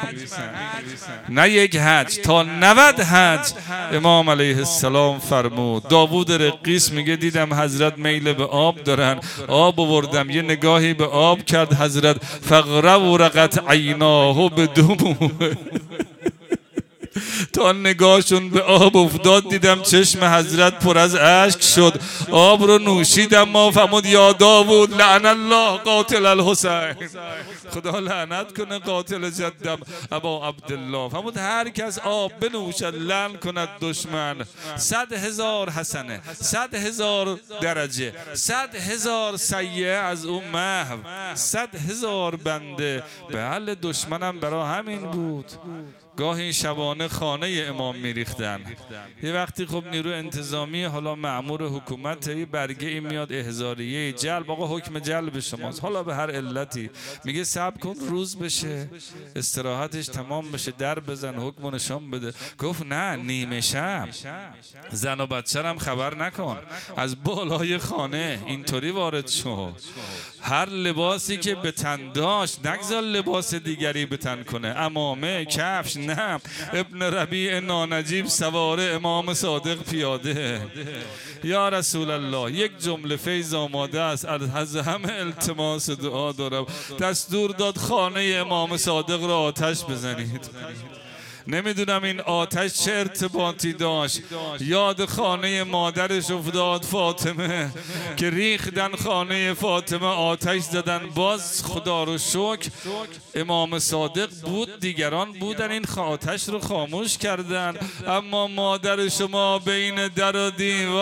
A: نه یک حج، تا 90 حج. امام علیه السلام فرمود. داوود رقیس میگه دیدم حضرت میل به آب دارن، آب آوردم، یه نگاهی به آب کرد حضرت، فغرورقت عیناه بدموع. تا نگاهشون به آب افتاد دیدم چشم حضرت پر از اشک شد. آب رو نوشیدم. ما فرمود یا داوود لعن الله قاتل الحسین، خدا لعنت کنه قاتل جدم ابا عبدالله. فرمود هر کس آب بنوشد لعن کند دشمن، 100,000 حسنه، 100,000 درجه، 100,000 سیئه از اون محو، 100,000 بنده. بله دشمنم برا همین بود. گاهی شبانه خانه امام میریختن. یه وقتی خب نیرو انتظامی حالا مأمور حکومت یه برگه این میاد احضاریه جلب، آقا حکم جلب شماست، حالا به هر علتی میگه صبر کن روز بشه استراحتش تمام بشه در بزن حکم نشان بده. گفت نه نیمه شب زن و بچه‌رم خبر نکن. از بالای خانه اینطوری وارد شد. هر لباسی که به تن داشت نگذار لباس دیگری به تن کنه، عمامه کفش نه. ابن ربیع نانجیب سواره امام صادق پیاده. یا رسول الله یک جمله فیض آماده است، از همه التماس دعا دارم، دستور داد خانه امام صادق را آتش بزنید. نمیدونم این آتش چه ارتباطی داشت. یاد خانه مادرش افتاد فاطمه که ریختن خانه فاطمه آتش زدن. باز خدا رو شکر امام صادق بود، دیگران بودن این آتش رو خاموش کردن. اما مادر شما بین در و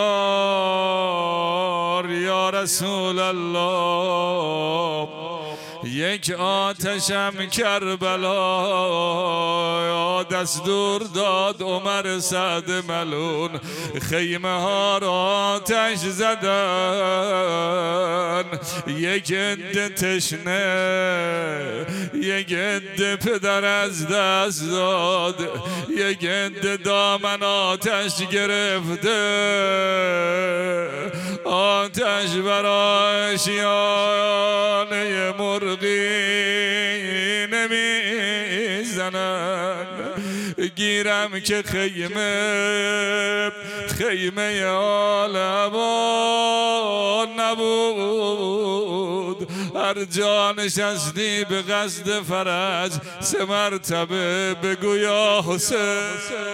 A: دیوار یا رسول الله یک آتشم کربلا، دستور داد عمر سعد ملون خیمه ها را آتش زدن. یک عده تشنه، یک عده پدر از دست داد، یک عده دامن آتش گرفته. آتش برای آشیانه مرغی نمیزنن. گیرم که خیمه آلمان نبود. هر جا نشستی به قصد فرج 3 مرتبه بگو یا حسین.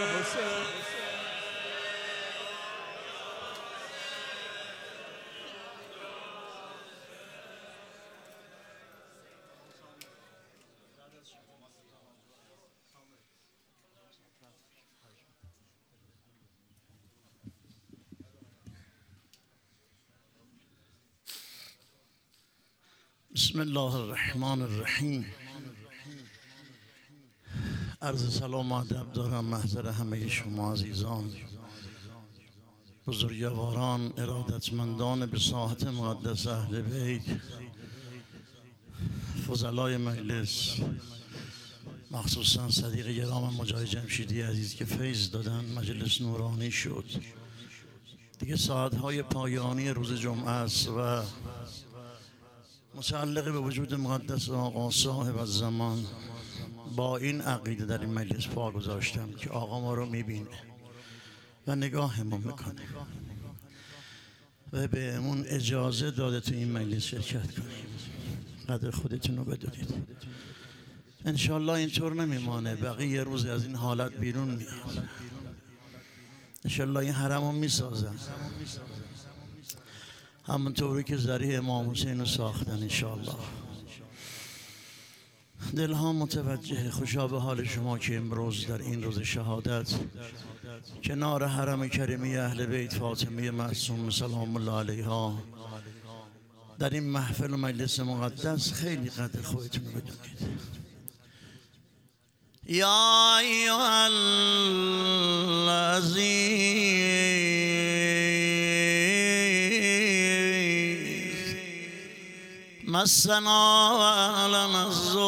B: بسم الله الرحمن الرحیم. عرض سلام و ادب دارم محضر همه شما عزیزان، بزرگواران، ارادتمندان به ساحت مقدس اهل بیت، فضلای مجلس، مخصوصا صدیق گرام مجاهد جمشیدی عزیز که فیض دادن، مجلس نورانی شد. دیگه ساعتهای پایانی روز جمعه است و متعلق به وجود مقدس آقا صاحب الزمان با این عقیده در این مجلس پا گذاشتم که آقا ما رو میبینه و نگاهمون میکنه و بهمون اجازه داده تو این مجلس شرکت کنیم. قدر خودتون رو بدونید. انشالله اینطور نمیمانه، بقیه روز از این حالت بیرون میاد. انشالله این حرم رو میسازن همونطوری که ذریع امام حسین رو ساختن. انشالله دلها متوجه خوشا به حال شما که امروز در این روز شهادت کنار حرم کریمی اهل بیت فاطمه معصوم سلام الله علیها در این محفل و مجلس مقدس خیلی قدر خودتون رو بدونید. یا ایها العزیز مسنا ولنا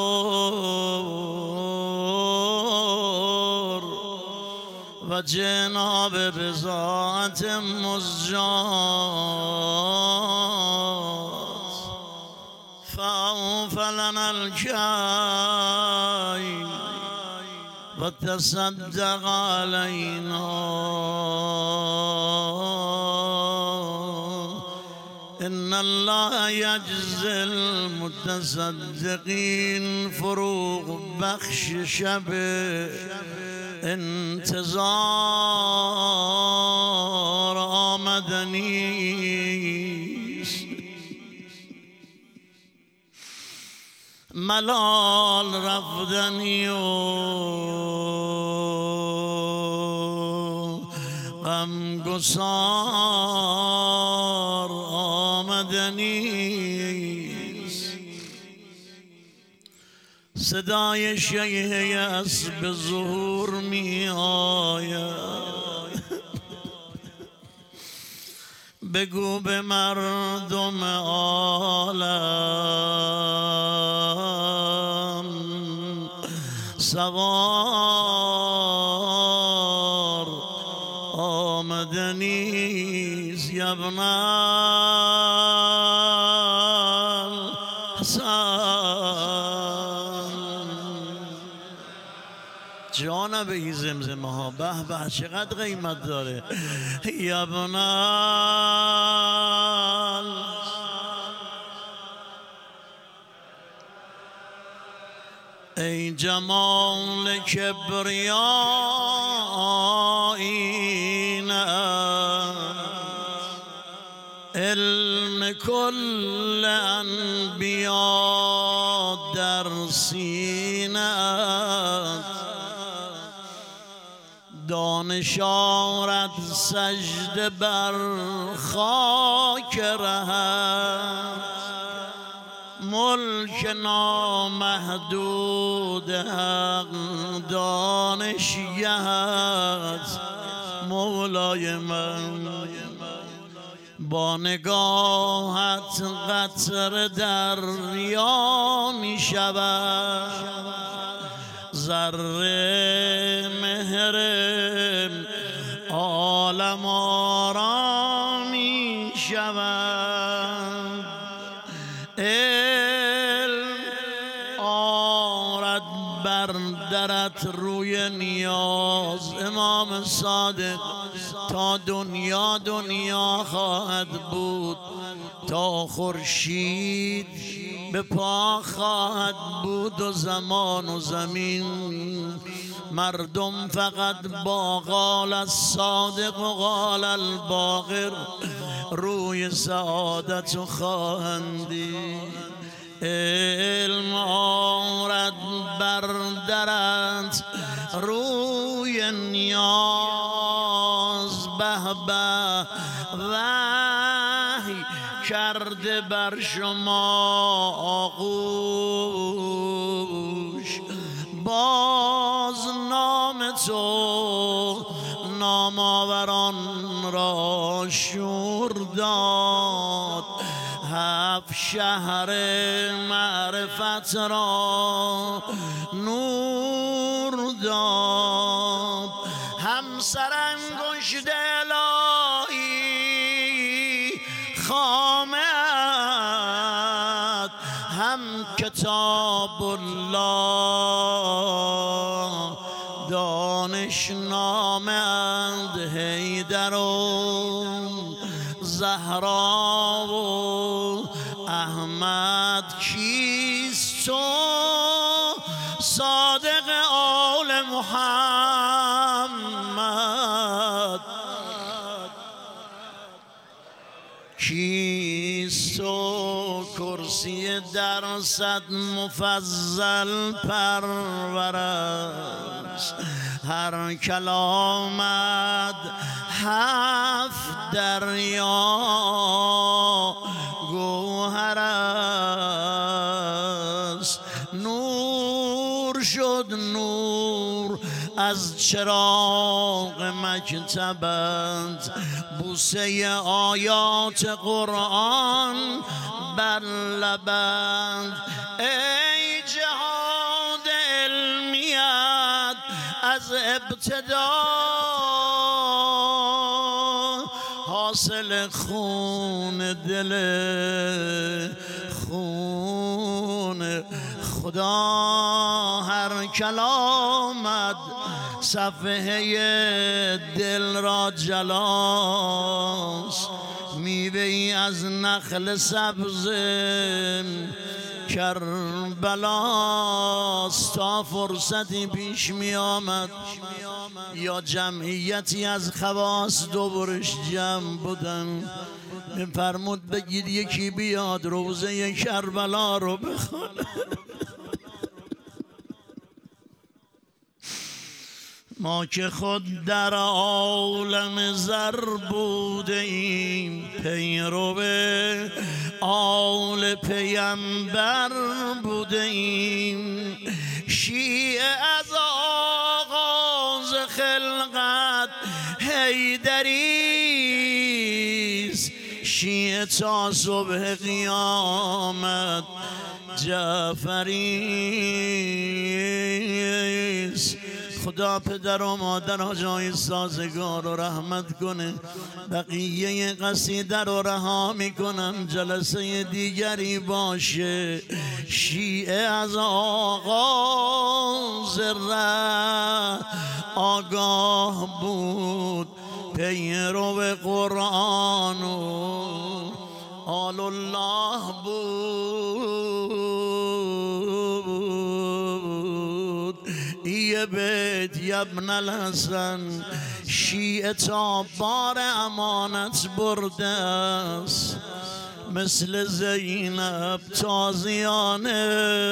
B: الزور و جناب بضاعت مزجات فاوفلنا الكي و تصدق علينا ان الله يجزي المتصدقين فروغ بخش شب انتظار آمدنی ملال رفتنی و غمگسار آمدنی صدای شیهه اسب ظهور می آید بگو به مردم عالم سوار آمدنیست یبن جانب این زمزمه ها به به چقدر قیمت داره یبنال ای جمال کبریایین علم کل انبیا در سینه دانش آرد سجده بر خاک رهت ملک نامحدود حق دانشگهت مولای من با نگاهت قطره دریا می شود ذره مهر عالم آرام می شود علم آرد بر درت روی نیاز امام صادق تا دنیا خواهد بود تا خورشید به پا خواهد بود و زمان و زمین مردم فقط با قال الصادق و قال الباقر روی سعادت خواهند دید علم آرد بر درت روی نیاز به به وحی کرده بر شما آغوش باز نام تو نامآوران را شور داد هفت شهر معرفت را نور داد هم سرانگشت الهی خامد هم کتاب الله دانشنامه اند حیدر و زهرا و احمد کیست تو صادق آل محمد کیست تو کرسی در صد مفضل پرورست هر کلامت هفت دریا گوهر است نور شد نور از چراغ مکتبت بوسه آیات قرآن بر لبت ای جهاد علمیت از ابتدا حاصل خون دل خون خدا هر کلامت صفحه دل را جلاست میوه‌ای از نخل سبز کربلاست. تا فرصتی پیش می آمد یا جمعیتی از خواص دوبرش جمع بودن، فرمود بگید یکی بیاد روزه کربلا رو بخونه. ما که خود در عالم زر بوده ایم، پیرو آل پیمبر بوده ایم. شیعه از آغاز خلقت حیدریست، شیعه تا صبح قیامت جعفریست. خدا پدر و مادر جای سازگار رو رحمت کنه. بقیه قصیده رو رها میکنم، جلسه دیگری باشه. شیعه از آغاز ره آگاه بود، پیرو قرآن و آل الله بود. یه بیت یبن الحسن، شیعه تا بار امانت برده است، مثل زینب تازیانه.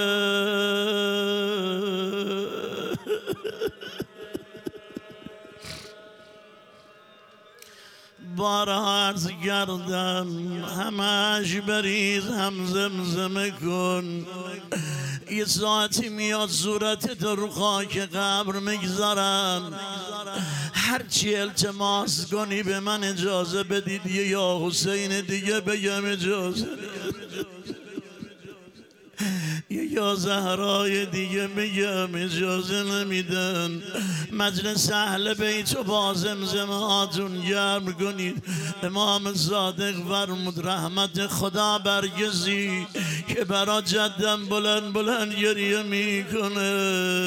B: بارها عرض کردم، همش بریز هم زمزمه کن. یه ساعتی میاد صورتت رو خاک قبر میگذارن، هرچی التماس کنی به من اجازه بدید یا حسین دیگه بگم اجازه، یا زهرای دیگه میگم اجازه نمیدن. مجلس اهل بیت و با زمزمه هاتون گرم کنید. امام صادق فرمود رحمت خدا برگزی که برا جدم بلند بلند گریه میکنه.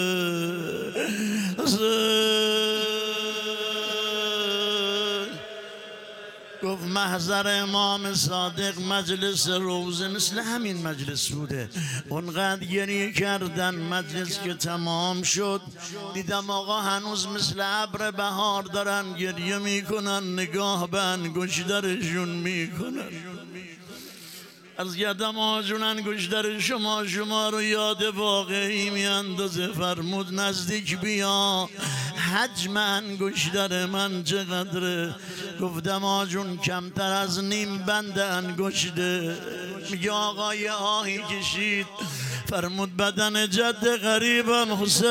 B: گفت محضر امام صادق مجلس روزه مثل همین مجلس بوده، اونقدر گریه کردن. مجلس که تمام شد دیدم آقا هنوز مثل ابر بهار دارن گریه میکنن، نگاه به انگشترشون میکنن. از یادم آجون انگشتر شما رو یاد واقعی میاندازه. فرمود نزدیک بیا، حجم انگشتر من چقدره؟ گفتم آجون کمتر از نیم بند انگشته. میگه آقای آهی کشید، فرمود بدن جد غریبم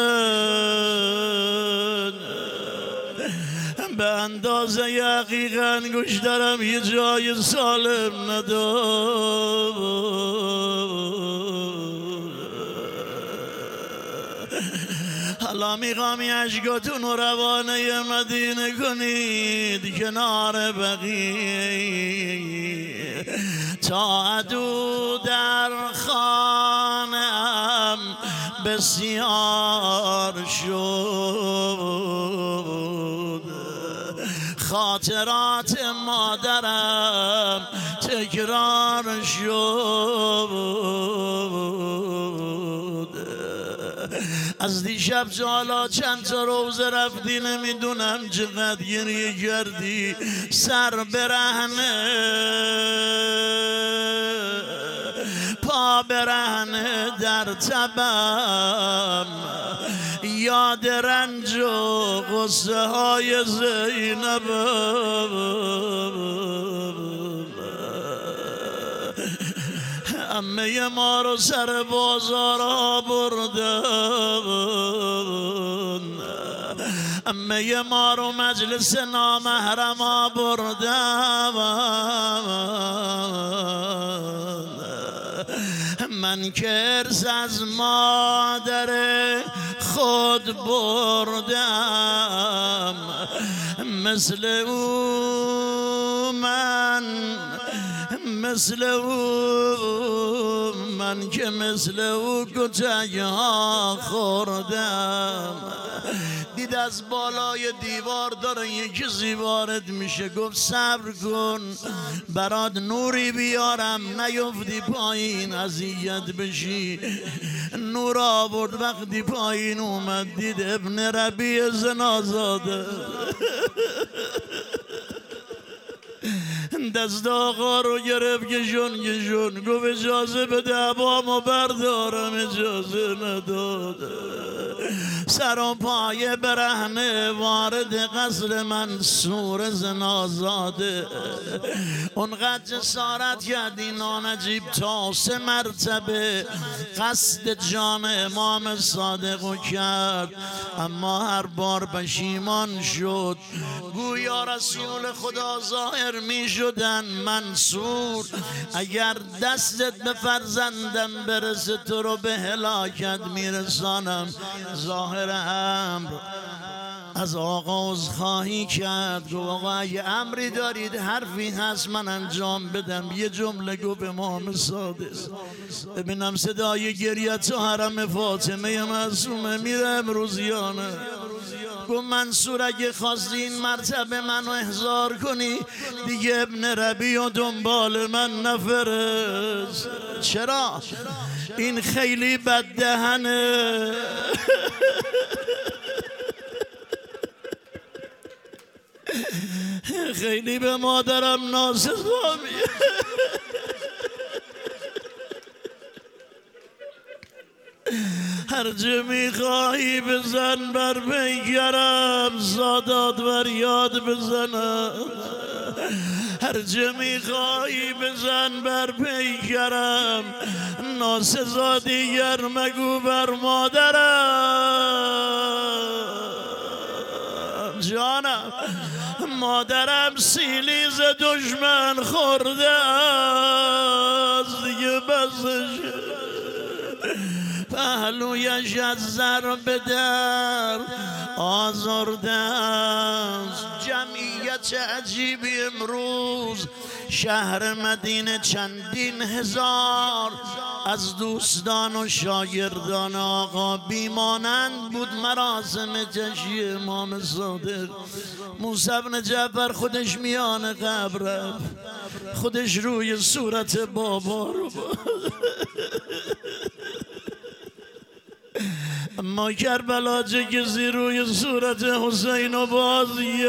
B: حسین به اندازه یقیق انگشترم یه جای سالم ندار. حالا میخوامی اشکاتون رو روانه مدینه کنید کنار بقیه، تا عدو در خانه‌ام بسیار شد، خاطرات مادرم تکرار شد. از دیشب جالا چند تا روزه رفتی نمیدونم چقدر گریه کردی، سر برهنه پا برهنه در تبم، یاد رنج و غصه های زینب. عمه ما رو سر بازارها بردن، عمه ما رو مجلس نامحرما بردن. من که ارث از مادر خود بردم، مثل او من مثل او من که مثل او کتک ها خوردم. دید از بالای دیوار داره یه کسی وارد میشه، گفت صبر کن برات نوری بیارم نیفتی پایین اذیت بشی. نور آورد، وقتی پایین اومد دید ابن ربیع زنازاده دست آقا رو گرفت کشون گفت اجازه بده عبامو بردارم، اجازه نداد. سر و پای برهنه وارد قصر منصور زنازاده. اونقدر جسارت کرد این نجیب تا 3 مرتبه قصد جان امام صادق کرد، اما هر بار پشیمان شد. گویا رسول خدا ظاهر می شدن منصور اگر دستت به فرزندم برسه تو رو به هلاکت میرسانم. ظاهر امر از آقا عذرخواهی کرد، گفت آقا اگه امری دارید حرفی هست من انجام بدم. یه جمله گفت امام صادق، ببینم صدای گریه تو حرم فاطمه معصومه میره امروز یا نه. گفت منصور اگه خواستی این مرتبه منو احضار کنی دیگه ابن ربیع و دنبال من نفرست. چرا؟ این خیلی بددهنه خیلی به مادرم ناسزامیه. هر چه میخواهی بزن بر پیکرم سادات بر یاد بزنم. هر چه میخواهی بزن بر پیکرم ناسزا دیگر مگو بر مادرم. جانم مادرم سیلیز دشمن خورده است دیگه بسش. پهلویش از ضرب در آزرده است. جمعیت عجیبی امروز شهر مدینه چندین هزار از دوستان و شاگردان آقا بیمانند بود. مراسم تشییع امام صادق. موسی بن جعفر خودش میان قبر خودش روی صورت بابا رو اما کربلا چه کسی روی صورت حسین و بازیه.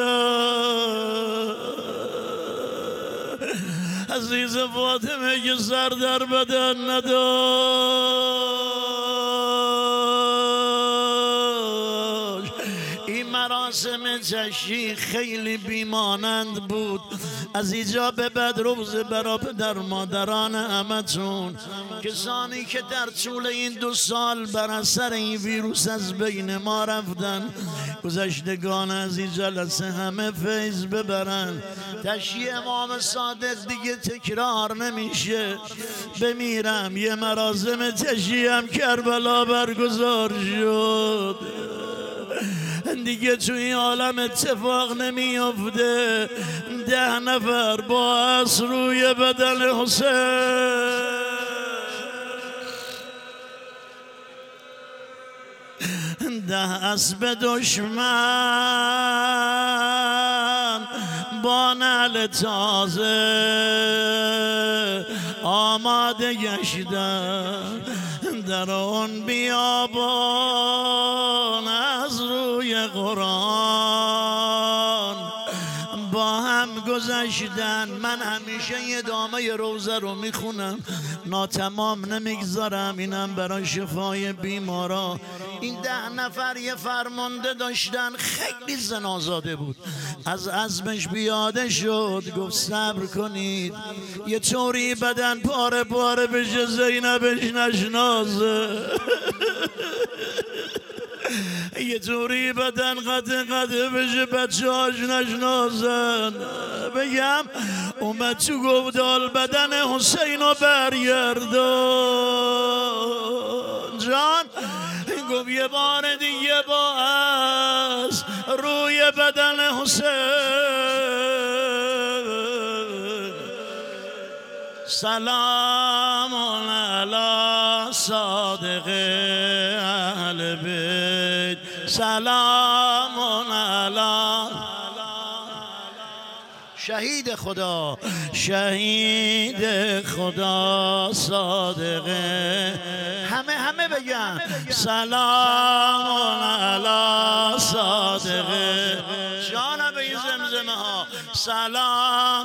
B: عزیز فاطمه که سر در بدن نداشت. این مراسم تشییع خیلی بیمانند بود. از اینجا به بعد روز برا پدر مادران همتون، کسانی که در طول این 2 سال بر اثر این ویروس از بین ما رفتن، گذشتگان از این جلسه همه فیض ببرن. تشییع امام صادق دیگه تکرار نمیشه. بمیرم یه مراسم تشییعم کربلا برگزار شد دیگه تو این عالم اتفاق نمیافته. 10 نفر با اسب روی بدن حسین، 10 اسب دشمن با نعل تازه آماده گشتن در آن بیابان. از روی قرآن با هم گذشتن. من همیشه یه دامه روزه رو میخونم ناتمام نمیگذارم، اینم برای شفای بیمارا. این 10 نفر یه فرمانده داشتن خیلی زنازاده بود. از عزمش بیاده شد، گفت صبر کنید یه طوری بدن پاره پاره بشه زینبش نشناسه یه طوری بدن قطع بشه بچه‌هاش نشناسن. بگم اومد تو گودال بدن حسین رو برگردان. جان گفت یه بار دیگه با از روی بدن حسین. سلام علی صادق اهل بیت، سلام علی شهید خدا، شهید خدا صادقه. همه بگن سلام علی صادقه. جانم به این زمزمه ها سلام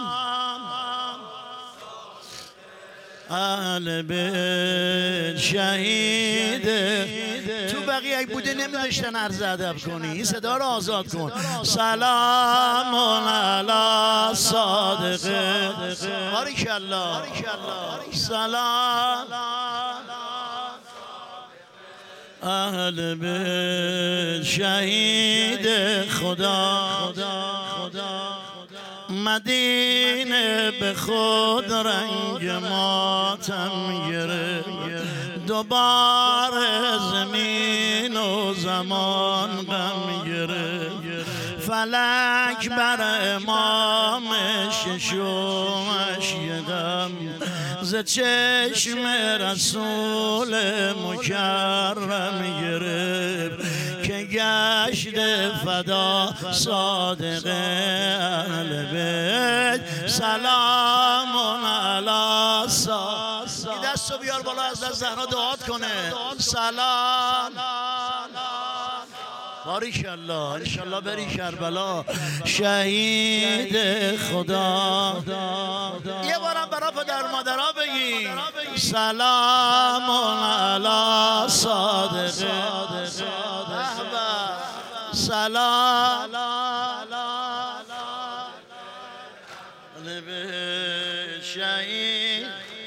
B: اهل بیت شهید. تو بقیه ای بوده نمیذاشتن عرض ادب کنی، این صدا رو آزاد کن. سلام علی صادقه. باریکالله. سلام اهل بیت شهید خدا. مدینه به خود رنگ ماتم گرفت، دوباره زمین و زمان غم گرفت. فلک بر امام ششمش یه غم، ز چشم رسول مکرم گرفت. که گشت فدا صادق اهل بیت، سلام علی صادق. این دستو بیار بالا از زهرا دعات کنه. سلام باریکالله. انشالله بری کربلا شهید خدا. یه بارم برا پدر مادرها بگی سلام علی صادقه. سلام به شهید.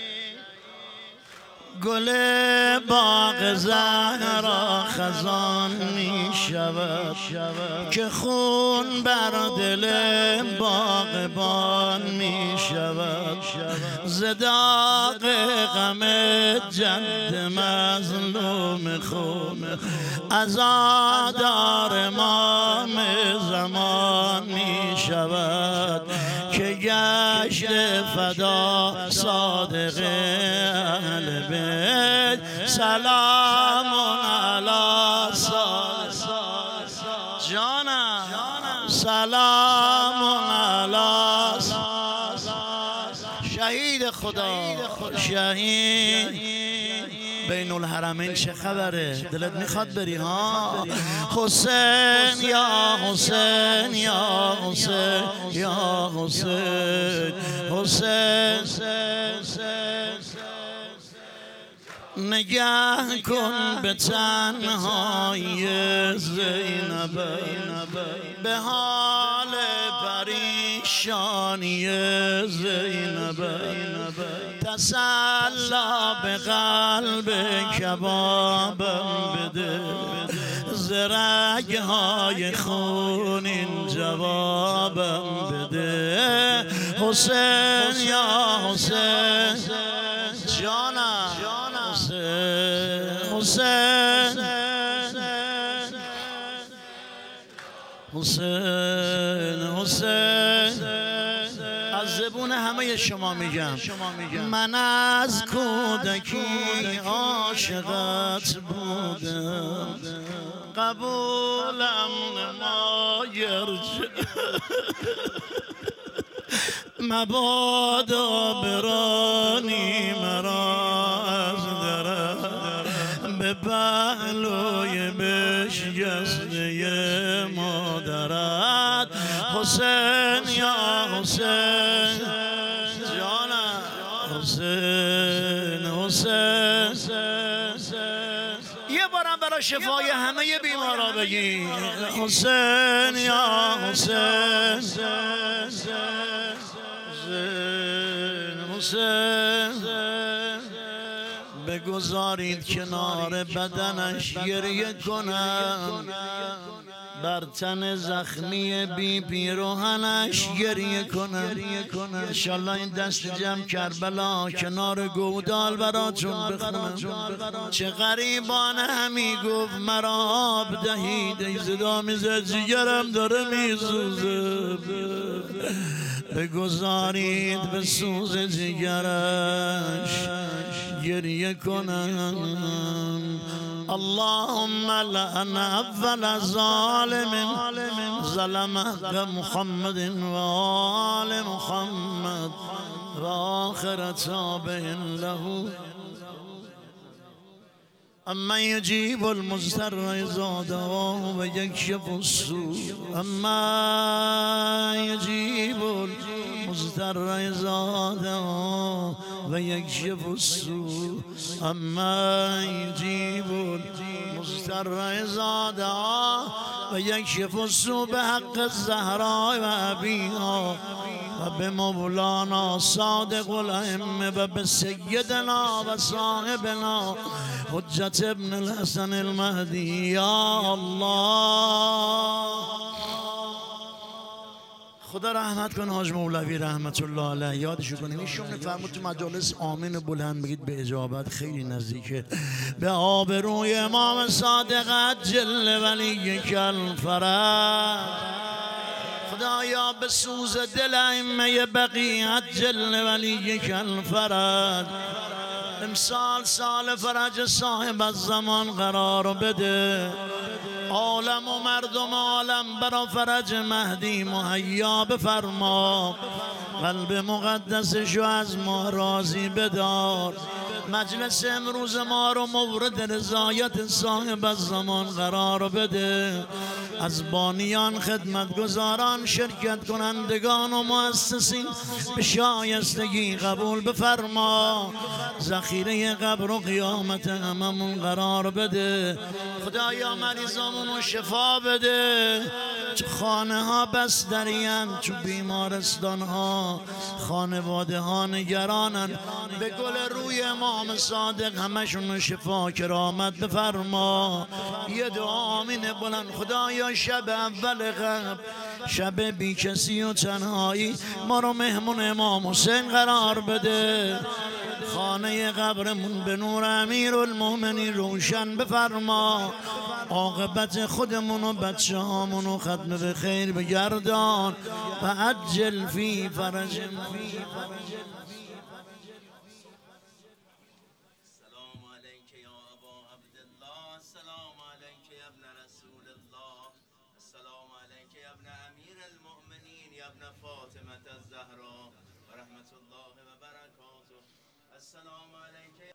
B: گل باغ زهرا خزان می شود، که خون بر دل باغبان می شود. ز داغ غم جد مظلوم خون، عزادار امام زمان می شود. که گشت فدا صادق اهل بیت، سلام علی صادق. جانم سلام علی شهید خدا، شهید بین الحرمین. چه خبره؟ دلت میخواد بری ها؟ حسین یا حسین یا حسین یا حسین، حسین نگه کن به تنهای زینب، به حال پریشانی زینب. تسلا به قلب کبابم بده، ز رگ‌های خونین جوابم بده. حسین یا حسین جانم، حسین حسین حسین. از زبون همه شما میگم من از کودکی عاشقت بودم، قبولم نما گرچه مبادا برانی مرا از درد، به پهلوی بشکسته مادرت. حسین یا حسین جانم، حسین حسین. یه بارم برای شفای همه بیمارا بگی حسین یا حسین حسین. بگذارید کنار بدنش گریه کنم، بر تن زخمی بی پیروهنش گریه کنم. انشالله این دست جمع کربلا کنار گودال براتون بخونم. چه غریبانه همی گفت مرا آب دهید، ای صدا میزد جگرم داره میسوزه. بگذارید به سوز جگرش گریه کنم. اللهم لعن اول ظالم ظلم حق محمد و آل محمد و آخر تابع له. اما یجیب المضطر اذا دعاه و یکشف السوء. اما یجیب المضطر اذا دعاه و یکشف السوء. اما یجیب المضطر اذا دعاه و یکشف السوء بحق الزهراء و ابیها و به مولانا صادق الائمه و به سیدنا و صاحبنا حجت ابن الحسن المهدی. یا الله خدا رحمت کن حاج مولوی رحمت الله علیه، یادشو کنیم. ایشون فرمود تو مجالس آمین بلند بگید به اجابت خیلی نزدیکه. به آبروی امام صادق عجل ولی الفرج. خدایا به سوز دل ائمه بقیع عجل ولی الفرج. امسال سال فرج صاحب الزمان قرار بده. عالم و مردم عالم برا فرج مهدی مهیا بفرما. قلب مقدسشو از ما راضی بدار. مجلس امروز ما رو مورد رضایت صاحب الزمان قرار بده. از بانیان، خدمتگزاران، شرکت کنندگان و مؤسسین به شایستگی قبول بفرما. ذخیره قبر و قیامت هممون قرار بده. خدایا مریضامون رو شفا بده. تو خانه ها بستریان، تو بیمارستان ها خانواده ها نگرانن. به گل روی امام صادق همشون رو شفا کرامت بفرما. یه دعا آمین بلند. خدایا شب اول قبل، شب بی کسی و تنهایی، ما رو مهمون امام حسین قرار بده. خانه قبرمون به نور امیرالمومنین روشن بفرما. عاقبت خودمون و بچه هامون و ختم به خیر بگردان. و عجل فی فرج.
C: السلام عليك يا ابن رسول الله. السلام عليك يا ابن أمير المؤمنين يا ابن فاطمة الزهراء ورحمة الله وبركاته. السلام عليك